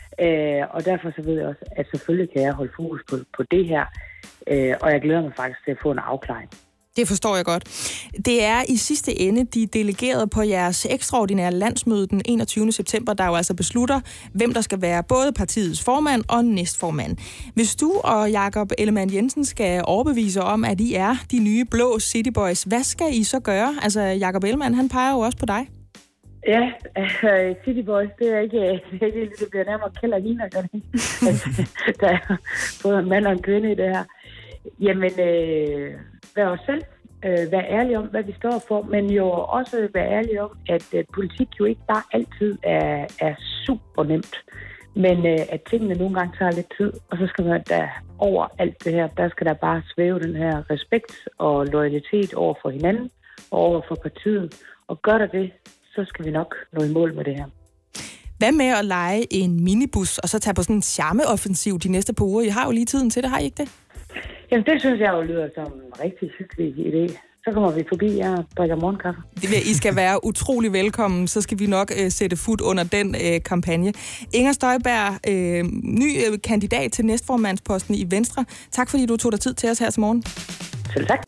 Speaker 15: Øh, og derfor så ved jeg også, at selvfølgelig kan jeg holde fokus på, på det her. Øh, og jeg glæder mig faktisk til at få en afklaring.
Speaker 3: Det forstår jeg godt. Det er i sidste ende de delegerede på jeres ekstraordinære landsmøde den enogtyvende september, der jo altså beslutter, hvem der skal være både partiets formand og næstformand. Hvis du og Jakob Ellemann-Jensen skal overbevise om, at I er de nye blå Cityboys, hvad skal I så gøre? Altså, Jakob Ellemann, han peger jo også på dig.
Speaker 15: Ja, altså, City Boys, det er ikke, det, er ikke, det bliver nærmere kælder hende, altså, der er både en mand og en kvinde i det her. Jamen, øh, vær os selv, øh, vær ærlig om, hvad vi står for, men jo også være ærlig om, at øh, politik jo ikke bare altid er, er super nemt, men øh, at tingene nogle gange tager lidt tid, og så skal man da over alt det her, der skal der bare svæve den her respekt og loyalitet over for hinanden og over for partiet, og gør der det, så skal vi nok nå i mål med det her.
Speaker 3: Hvad med at lege en minibus, og så tage på sådan en charmeoffensiv de næste par uger? I har jo lige tiden til det, har I ikke det?
Speaker 15: Jamen, det synes jeg jo lyder som en rigtig hyggelig idé. Så kommer vi forbi, jeg drikker morgenkaffe.
Speaker 3: I skal være utrolig velkommen, så skal vi nok øh, sætte fod under den øh, kampagne. Inger Støjberg, øh, ny øh, kandidat til næstformandsposten i Venstre. Tak fordi du tog dig tid til os her til morgen.
Speaker 15: Selv tak.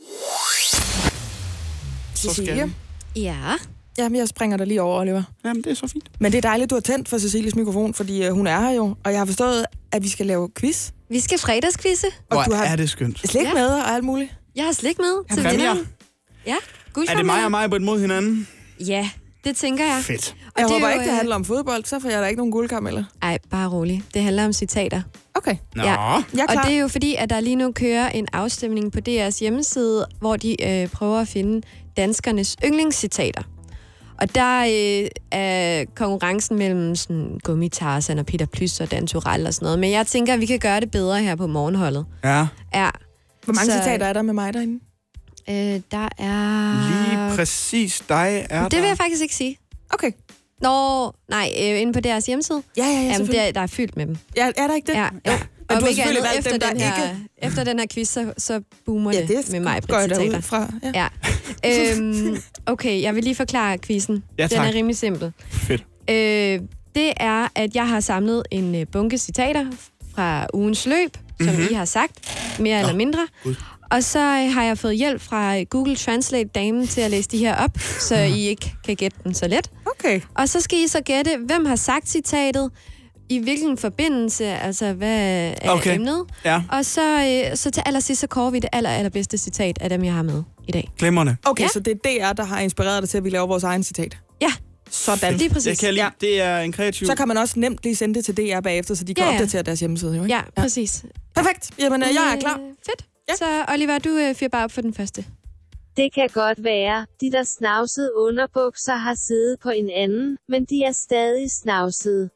Speaker 3: Cecilie.
Speaker 16: Ja?
Speaker 3: Jamen, jeg springer dig lige over, Oliver.
Speaker 2: Jamen, det er så fint.
Speaker 3: Men det er dejligt, du har tændt for Cecilies mikrofon, fordi øh, hun er her jo, og jeg har forstået, at vi skal lave quiz.
Speaker 16: Vi skal fredagskvizze.
Speaker 2: Hvor
Speaker 3: du har
Speaker 2: er det skønt.
Speaker 3: Slik
Speaker 16: Ja.
Speaker 3: med og alt muligt.
Speaker 16: Jeg har slik med til
Speaker 2: Præmier.
Speaker 16: vinderen. Ja, guld
Speaker 2: Er det mig og mig på et mod hinanden?
Speaker 16: Ja, det tænker jeg.
Speaker 2: Fedt.
Speaker 16: Og
Speaker 3: Jeg
Speaker 16: det
Speaker 3: håber
Speaker 16: er jo,
Speaker 3: ikke, det
Speaker 16: øh,
Speaker 3: handler om fodbold, så får jeg da ikke nogen guldkarameller.
Speaker 16: Ej, bare rolig. Det handler om citater.
Speaker 3: Okay.
Speaker 2: Nå.
Speaker 16: Ja.
Speaker 3: Jeg er
Speaker 16: Og
Speaker 3: klar.
Speaker 16: det er jo fordi, at der lige nu kører en afstemning på D R's hjemmeside, hvor de øh, prøver at finde danskernes yndlingscitater. Og der øh, er konkurrencen mellem sådan, Gummi Tarzan og Peter Plys og Dan Turell og sådan noget. Men jeg tænker, at vi kan gøre det bedre her på morgenholdet.
Speaker 2: Ja.
Speaker 16: Ja.
Speaker 3: Hvor mange
Speaker 16: Så,
Speaker 3: citater er der med mig derinde?
Speaker 16: Øh, der er...
Speaker 2: Lige præcis dig er
Speaker 16: Det
Speaker 2: der.
Speaker 16: vil jeg faktisk ikke sige.
Speaker 3: Okay.
Speaker 16: Nå, nej, øh, inde på deres hjemmeside.
Speaker 3: Ja, ja, ja,
Speaker 16: Jamen,
Speaker 3: selvfølgelig.
Speaker 16: der, der er fyldt med dem.
Speaker 3: Ja, er der ikke det?
Speaker 16: Ja, ja.
Speaker 3: Men
Speaker 16: Og
Speaker 3: du har
Speaker 16: ikke
Speaker 3: selvfølgelig
Speaker 16: andet,
Speaker 3: valgt
Speaker 16: efter,
Speaker 3: dem, der
Speaker 16: den her,
Speaker 3: ikke...
Speaker 16: efter den her quiz, så, så boomer
Speaker 3: Ja,
Speaker 16: det,
Speaker 3: det
Speaker 16: med mig
Speaker 3: går jeg
Speaker 16: citater.
Speaker 3: derud fra. Ja.
Speaker 16: Ja. øhm, okay, jeg vil lige forklare quizzen.
Speaker 2: Ja,
Speaker 16: den
Speaker 2: tak.
Speaker 16: er rimelig simpel.
Speaker 2: Fedt.
Speaker 16: Øh, det er, at jeg har samlet en øh, bunke citater fra ugens løb, som
Speaker 2: Mhm.
Speaker 16: I har sagt, mere eller mindre.
Speaker 2: Gud.
Speaker 16: Og så øh, har jeg fået hjælp fra Google Translate-damen til at læse de her op, så I ikke kan gætte den så let.
Speaker 3: Okay.
Speaker 16: Og så skal I så gætte, hvem har sagt citatet, i hvilken forbindelse, altså hvad er
Speaker 2: Okay.
Speaker 16: emnet.
Speaker 2: Ja.
Speaker 16: Og så, øh, så til allersidst, så kårer vi det aller, allerbedste citat af dem, jeg har med i dag.
Speaker 2: Glimrende.
Speaker 3: Okay,
Speaker 16: Ja.
Speaker 3: så det er D R, der har inspireret dig til, at vi laver vores egen citat.
Speaker 16: Ja.
Speaker 3: Sådan.
Speaker 16: Lige præcis.
Speaker 2: Det kan jeg lide.
Speaker 3: Ja.
Speaker 2: Det er en kreativ...
Speaker 3: Så kan man også nemt lige sende det til D R bagefter, så de kan
Speaker 16: Ja, ja.
Speaker 3: opdatere deres hjemmeside. Jo, ikke?
Speaker 16: Ja, præcis.
Speaker 3: Perfekt. Jamen, øh, jeg er klar.
Speaker 16: Øh, fedt. Ja. Så Oliver, du øh, fyrer bare op for den første.
Speaker 17: Det kan godt være, de der snavsede underbukser har siddet på en anden, men de er stadig snavsede.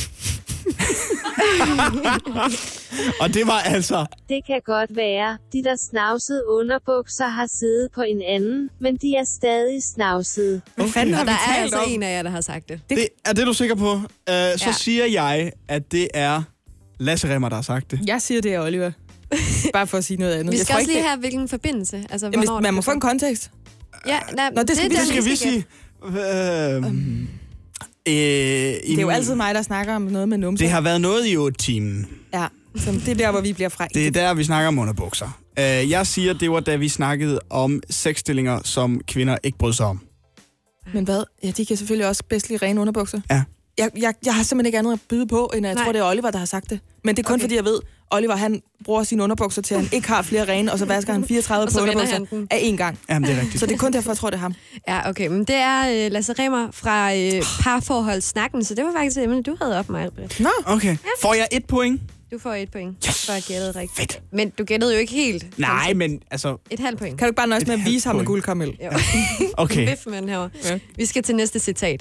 Speaker 2: Og det var altså...
Speaker 17: Det kan godt være, de der snavsede underbukser har siddet på en anden, men de er stadig snavsede.
Speaker 3: Hvad fanden har
Speaker 16: Og
Speaker 3: vi
Speaker 16: der er
Speaker 3: talt
Speaker 16: altså
Speaker 3: om?
Speaker 16: en af jer, der har sagt det.
Speaker 2: Det, er det, du er sikker på? Uh, så
Speaker 16: Ja.
Speaker 2: siger jeg, at det er Lasse Remmer, der har sagt det.
Speaker 3: Jeg siger det er Oliver. Bare for at sige noget andet.
Speaker 16: Vi
Speaker 3: Jeg
Speaker 16: skal
Speaker 3: tror
Speaker 16: også
Speaker 3: ikke,
Speaker 16: lige
Speaker 3: det-
Speaker 16: have, hvilken forbindelse. Altså,
Speaker 3: Jamen, hvis,
Speaker 16: hvornår
Speaker 3: man
Speaker 16: det
Speaker 3: må
Speaker 16: blev
Speaker 3: få en
Speaker 16: sagt.
Speaker 3: kontekst.
Speaker 16: Ja, nej,
Speaker 3: Nå, det skal vi-
Speaker 16: den,
Speaker 2: Det skal vi
Speaker 16: gætte.
Speaker 2: sige. Øh, øh,
Speaker 3: Det er jo altid mig, der snakker om noget med numser.
Speaker 2: Det har været noget i otte timen.
Speaker 3: Ja, så det er der, hvor vi bliver frække.
Speaker 2: Det er der, vi snakker om underbukser. Uh, jeg siger, det var da vi snakkede om sexstillinger, som kvinder ikke brød sig om.
Speaker 3: Men hvad? Ja, de kan selvfølgelig også bedst lide rene underbukser.
Speaker 2: Ja.
Speaker 3: Jeg, jeg, jeg har simpelthen ikke andet at byde på, end at jeg
Speaker 16: Nej.
Speaker 3: tror, det er Oliver, der har sagt det. Men det er kun
Speaker 16: Okay.
Speaker 3: fordi, jeg ved, Oliver han bruger sine underbukser til, at han ikke har flere rene, og så vasker han fireogtredive
Speaker 16: Og så
Speaker 3: på
Speaker 16: vender
Speaker 3: underbukser
Speaker 16: han den.
Speaker 3: af én gang.
Speaker 2: Jamen, det er rigtigt.
Speaker 3: Så det er kun derfor, jeg tror, det er ham.
Speaker 16: Ja, okay. Men det er øh, Lasse Remmer fra øh, parforholdssnakken, så det var faktisk emnet, du havde op, mig.
Speaker 3: Nå.
Speaker 2: Okay. Får jeg et point?
Speaker 16: Du får et point, yes. for at gætte rigtigt.
Speaker 2: Fedt.
Speaker 16: Men du gættede jo ikke helt.
Speaker 2: Nej, men altså...
Speaker 16: Et halvt point.
Speaker 3: Kan du ikke bare nøjes
Speaker 2: Et
Speaker 3: med at
Speaker 2: halvt
Speaker 3: vise ham en
Speaker 2: point.
Speaker 3: guldkaramel?
Speaker 16: Jo.
Speaker 2: Okay.
Speaker 16: Vif med den herovre. Ja. Vi skal til næste citat.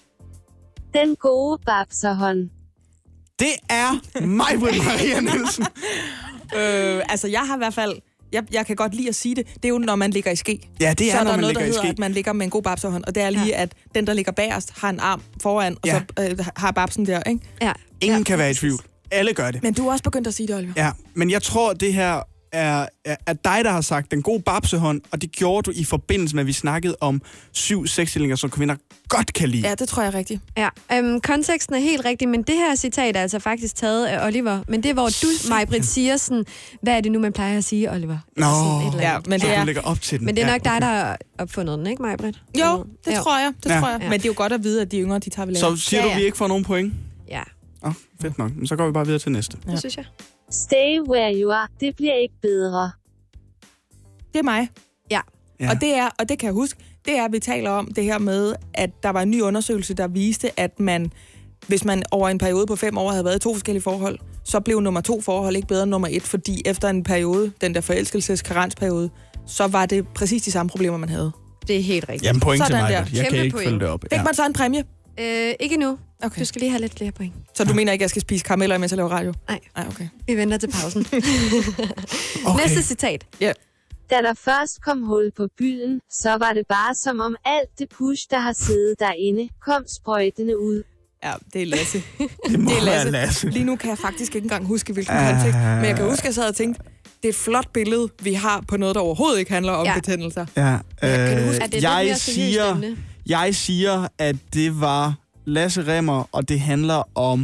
Speaker 17: Den gode babserhånd.
Speaker 2: Det er mig, Britt Maria Nielsen.
Speaker 3: øh, altså, jeg har i hvert fald... Jeg, jeg kan godt lide at sige det. Det er jo, når man ligger i ske.
Speaker 2: Ja, det er,
Speaker 3: så er
Speaker 2: når
Speaker 3: der
Speaker 2: man
Speaker 3: noget,
Speaker 2: ligger
Speaker 3: der
Speaker 2: i
Speaker 3: hedder,
Speaker 2: ske.
Speaker 3: at man ligger med en god babserhånd. Og det er lige, ja. at den, der ligger bagerst, har en arm foran, og
Speaker 2: Ja.
Speaker 3: så øh, har babsen der, ikke?
Speaker 16: Ja.
Speaker 2: Ingen
Speaker 16: ja,
Speaker 2: kan være i tvivl. Alle gør det.
Speaker 3: Men du er også begyndt at sige det, Oliver.
Speaker 2: Ja, men jeg tror, det her er, er, er dig, der har sagt den gode babsehånd, og det gjorde du i forbindelse med, at vi snakkede om syv sexstillinger, som kvinder godt kan lide.
Speaker 3: Ja, det tror jeg er rigtigt.
Speaker 16: Ja, øhm, konteksten er helt rigtig, men det her citat er altså faktisk taget af Oliver. Men det er, hvor du, Maj-Britt, siger sådan, hvad er det nu, man plejer at sige, Oliver?
Speaker 2: Nå,
Speaker 16: Sådan et eller
Speaker 3: Ja,
Speaker 16: andet.
Speaker 3: men det
Speaker 2: så
Speaker 3: er...
Speaker 2: du lægger op til den.
Speaker 16: Men det er
Speaker 2: Ja,
Speaker 16: nok dig, der har opfundet den, ikke, Maj-Britt?
Speaker 3: Jo, det tror jeg. Det
Speaker 2: Ja.
Speaker 3: tror jeg.
Speaker 16: Ja.
Speaker 3: Men det er jo godt at vide, at de yngre, de tager vi
Speaker 2: Så siger
Speaker 16: Ja,
Speaker 2: du,
Speaker 16: ja.
Speaker 2: at vi ikke får nogen point?
Speaker 16: Ja,
Speaker 2: Åh, oh, fedt nok. Men så går vi bare videre til næste.
Speaker 16: det synes jeg.
Speaker 17: Stay where you are. Det bliver ikke bedre.
Speaker 3: Det er mig.
Speaker 16: Ja.
Speaker 2: Ja.
Speaker 3: Og det er, og det kan jeg huske, det er, at vi taler om det her med, at der var en ny undersøgelse, der viste, at man, hvis man over en periode på fem år havde været i to forskellige forhold, så blev nummer to forhold ikke bedre end nummer et, fordi efter en periode, den der forelskelses-karensperiode, så var det præcis de samme problemer, man havde.
Speaker 16: Det er helt rigtigt.
Speaker 2: Jamen, point til
Speaker 3: Sådan
Speaker 2: mig.
Speaker 3: der.
Speaker 2: Jeg
Speaker 16: Kæmpe
Speaker 2: kan ikke
Speaker 16: point.
Speaker 2: følge det op.
Speaker 3: Fik man så en præmie?
Speaker 16: Øh, ikke nu.
Speaker 3: Okay.
Speaker 16: Du skal lige have lidt flere point.
Speaker 3: Så du mener ikke, at jeg skal spise karameller, mens jeg laver radio?
Speaker 16: Nej.
Speaker 3: Nej, okay.
Speaker 16: Vi venter til pausen.
Speaker 2: Okay.
Speaker 16: Næste citat.
Speaker 3: Ja.
Speaker 17: Da der først kom hul på byen, så var det bare som om alt det push, der har siddet derinde, kom sprøjtende ud.
Speaker 3: Ja, det er Lasse.
Speaker 2: Det må
Speaker 3: Det er
Speaker 2: være
Speaker 3: Lasse.
Speaker 2: Lasse.
Speaker 3: Lige nu kan jeg faktisk ikke engang huske, hvilken
Speaker 2: Ah.
Speaker 3: kontekst. Men jeg kan huske, at jeg sad og tænkte, det er et flot billede, vi har på noget, der overhovedet ikke handler om
Speaker 16: Ja.
Speaker 3: ja. betændelser.
Speaker 2: Ja,
Speaker 16: Kan du
Speaker 2: øh,
Speaker 16: huske, at det er
Speaker 2: jeg,
Speaker 16: lidt mere seriøst
Speaker 2: siger,
Speaker 16: emne?
Speaker 2: jeg siger, at det var Lasse Remmer, og det handler om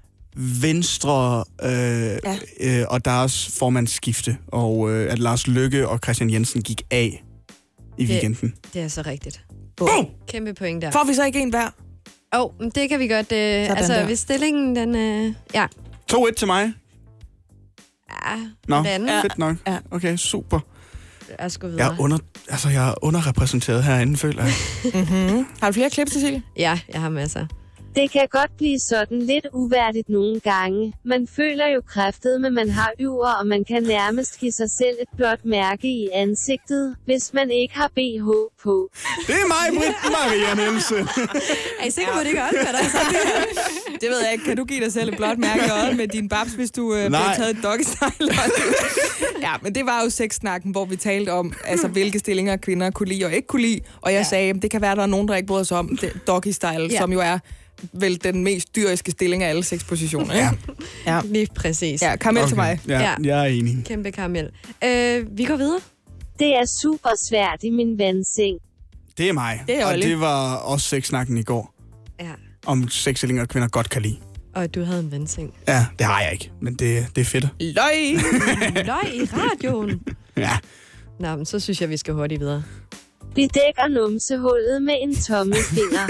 Speaker 2: Venstre øh, ja. øh, og deres formandsskifte, og øh, at Lars Løkke og Christian Jensen gik af i weekenden.
Speaker 16: Det er så rigtigt.
Speaker 3: Boom.
Speaker 16: Kæmpe point der.
Speaker 3: Får vi så ikke en hver?
Speaker 16: Åh, oh, det kan vi godt. Øh, altså,
Speaker 3: der.
Speaker 16: hvis stillingen, den... Øh, ja.
Speaker 2: to et til mig.
Speaker 16: Ja,
Speaker 2: Nå,
Speaker 16: den anden
Speaker 2: fedt nok.
Speaker 3: Ja.
Speaker 2: Okay, super.
Speaker 16: er sgu
Speaker 2: Jeg
Speaker 16: videre.
Speaker 2: er, under, altså, jeg er underrepræsenteret herinde, føler jeg.
Speaker 3: Mm-hmm. Har du flere klip, Cecilie?
Speaker 16: Ja, jeg har masser.
Speaker 17: Det kan godt blive sådan lidt uværdigt nogle gange. Man føler jo kræftet, men man har yver, og man kan nærmest give sig selv et blåt mærke i ansigtet, hvis man ikke har B H på.
Speaker 2: Det er mig, Britt Maria Nielsen.
Speaker 16: Er I sikre på, at det ikke også hvad der er sagt?
Speaker 3: Det ved jeg ikke. Kan du give dig selv et blåt mærke i øjet med din babs, hvis du øh, bliver taget et doggy-style? Ja, men det var jo sexsnakken, hvor vi talte om, altså, hvilke stillinger kvinder kunne lide og ikke kunne lide. Og jeg ja. sagde, det kan være, der er nogen, der ikke bryder sig om doggy-style, ja. som jo er vel den mest dyriske stilling af alle seks positioner. Ja.
Speaker 16: ja. Lige præcis.
Speaker 3: Ja, karamel okay. til mig.
Speaker 2: Ja, ja, jeg er enig.
Speaker 16: Kæmpe karamel. Øh, vi går videre.
Speaker 17: Det er super svært i min vandseng.
Speaker 2: Det er mig.
Speaker 3: Det er
Speaker 2: og det var også sexsnakken i går.
Speaker 16: Ja.
Speaker 2: Om sexstillinger kvinder godt kan lide.
Speaker 16: Og du havde en vandseng.
Speaker 2: Ja, det har jeg ikke, men det, det er fedt.
Speaker 3: Løg!
Speaker 16: Løg i radioen.
Speaker 2: Ja.
Speaker 16: Nå, men så synes jeg, vi skal hurtigt videre.
Speaker 17: Vi dækker numsehullet med en tommelfinger.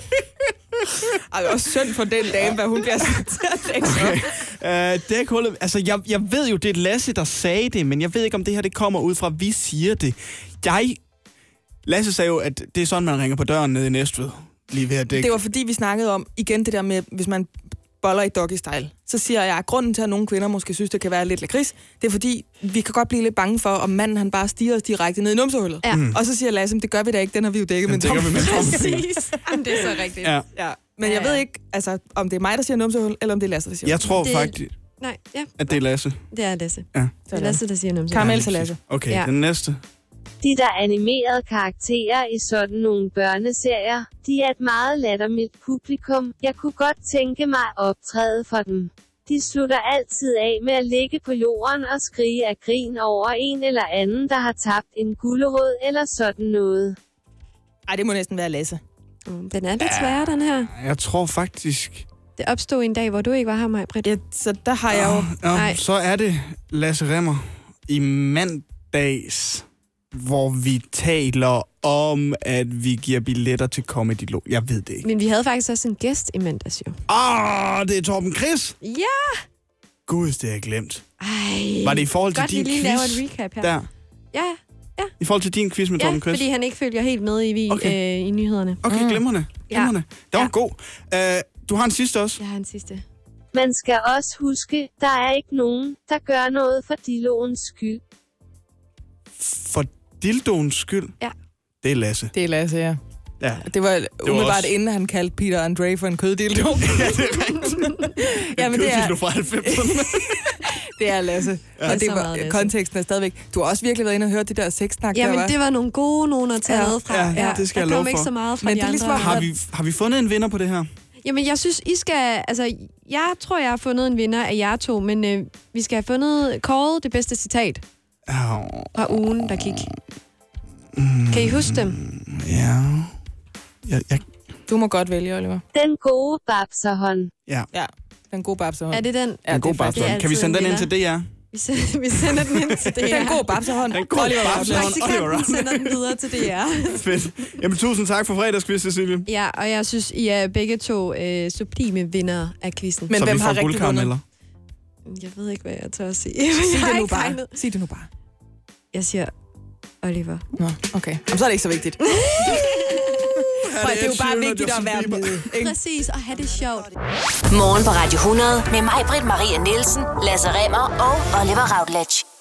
Speaker 3: Ej, det er også synd for den dame, hvad hun bliver sat til at dække
Speaker 2: okay. uh, dækhullet, altså jeg, jeg ved jo, det er Lasse, der sagde det, men jeg ved ikke, om det her det kommer ud fra, at vi siger det. Jeg... Lasse sagde jo, at det er sådan, man ringer på døren nede i Næstved. Lige ved at dække.
Speaker 3: Det var fordi, vi snakkede om, igen det der med, hvis man boller i doggy-style, så siger jeg, at grunden til, at nogle kvinder måske synes, det kan være lidt lakrids, det er fordi, vi kan godt blive lidt bange for, om manden han bare stiger os direkte ned i numsehullet. Ja. Mm. Og så siger Lasse, det gør vi da ikke, den har vi jo dækket med en tommelfinger.
Speaker 16: Præcis. Jamen, det er så rigtigt.
Speaker 3: Ja. Ja. Men ja, jeg ved ikke, altså, om det er mig, der siger numsehul, eller om det er Lasse, der siger
Speaker 2: Jeg tror
Speaker 16: det...
Speaker 2: faktisk,
Speaker 16: Nej, ja.
Speaker 2: at det er Lasse.
Speaker 16: Det er Lasse.
Speaker 2: Ja.
Speaker 16: Det er Lasse, der siger numsehul.
Speaker 3: Karamel til Lasse.
Speaker 2: Okay, ja. Den næste.
Speaker 17: De der animerede karakterer i sådan nogle børneserier, de er et meget lattermildt publikum. Jeg kunne godt tænke mig at optræde for dem. De slutter altid af med at ligge på jorden og skrige af grin over en eller anden, der har tabt en gulerod eller sådan noget.
Speaker 3: Ej, det må næsten være Lasse.
Speaker 16: Mm, den er lidt sværere, den her.
Speaker 2: Jeg tror faktisk...
Speaker 16: Det opstod en dag, hvor du ikke var her, Maj Britt.
Speaker 3: Ja, så der har jeg jo...
Speaker 2: Ja, ja, så er det Lasse Remmer i mandags, hvor vi taler om, at vi giver billetter til Comedy Lo. Jeg ved det ikke.
Speaker 16: Men vi havde faktisk også en gæst i mandags, jo.
Speaker 2: Åh, oh, det er Torben Chris.
Speaker 16: Ja!
Speaker 2: Gud, det har jeg glemt.
Speaker 16: Ej.
Speaker 2: Var det i forhold til
Speaker 16: godt,
Speaker 2: din quiz?
Speaker 16: Godt, vi lige laver et recap her.
Speaker 2: Der.
Speaker 16: Ja, ja.
Speaker 2: I forhold til din quiz med
Speaker 16: ja,
Speaker 2: Torben Chris?
Speaker 16: fordi han ikke følger helt med i, okay. øh, i nyhederne.
Speaker 2: Okay, glimrende. glimrende. Ja. Det var ja. god. Uh, du har en sidste også?
Speaker 16: Jeg har en sidste.
Speaker 17: Man skal også huske, der er ikke nogen, der gør noget for dildoens skyld.
Speaker 2: For dildoens skyld?
Speaker 16: Ja.
Speaker 2: Det er Lasse.
Speaker 3: Det er Lasse, ja.
Speaker 2: Ja.
Speaker 3: Det var umiddelbart
Speaker 2: også...
Speaker 3: inden han kaldte Peter Andre for en køddildo.
Speaker 2: ja, det er rigtigt.
Speaker 3: ja, men det er...
Speaker 2: køddildo fra halvfemserne.
Speaker 3: det er Lasse. Ja. Og det var, Lasse. Konteksten er stadigvæk... Du har også virkelig været inde og hørt de der sexsnak.
Speaker 16: Ja,
Speaker 3: der,
Speaker 16: men
Speaker 3: var.
Speaker 16: det var nogle gode nogen at tage
Speaker 3: ja.
Speaker 16: med fra.
Speaker 2: Ja, ja, det skal
Speaker 16: der
Speaker 2: jeg love
Speaker 16: kom
Speaker 2: for.
Speaker 16: ikke så meget fra
Speaker 3: men
Speaker 16: de
Speaker 3: det er ligesom,
Speaker 16: andre.
Speaker 2: Har vi, har vi fundet en vinder på det her?
Speaker 16: Jamen, jeg synes, I skal... Altså, jeg tror, jeg har fundet en vinder af jer to, men øh, vi skal have fundet kåret det bedste citat fra ugen, der gik.
Speaker 2: Mm,
Speaker 16: kan I huske dem?
Speaker 2: Ja. Jeg, jeg...
Speaker 3: Du må godt vælge, Oliver.
Speaker 17: Den gode babserhånd.
Speaker 2: Ja.
Speaker 3: Ja, den gode babserhånd.
Speaker 16: Er det den?
Speaker 2: Ja, den gode babserhånd. Kan vi sende den ind til D R?
Speaker 16: Vi sender, vi sender den ind til D R.
Speaker 3: Den gode babserhånd.
Speaker 2: Den gode babserhånd.
Speaker 16: Praktikanten sender den videre til D R.
Speaker 2: Fedt. Jamen, tusind tak for fredagsquiz, Cecilie.
Speaker 16: Ja, og jeg synes, I er begge to øh, sublime vinder af quizzen.
Speaker 3: Men
Speaker 2: så
Speaker 3: hvem
Speaker 2: vi
Speaker 3: har rigtig vundet?
Speaker 16: Jeg ved ikke, hvad jeg tør at sige.
Speaker 3: Sig det nu bare. Regnet. Sig det nu bare.
Speaker 16: Jeg siger Oliver.
Speaker 3: Nå, okay. Jamen, så er det ikke så vigtigt. For det er jo bare vigtigt at være med.
Speaker 16: Ikke? Præcis, og have det sjovt.
Speaker 1: Morgen på Radio hundrede med mig, Britt Maria Nielsen, Lasse Remmer og Oliver Routledge.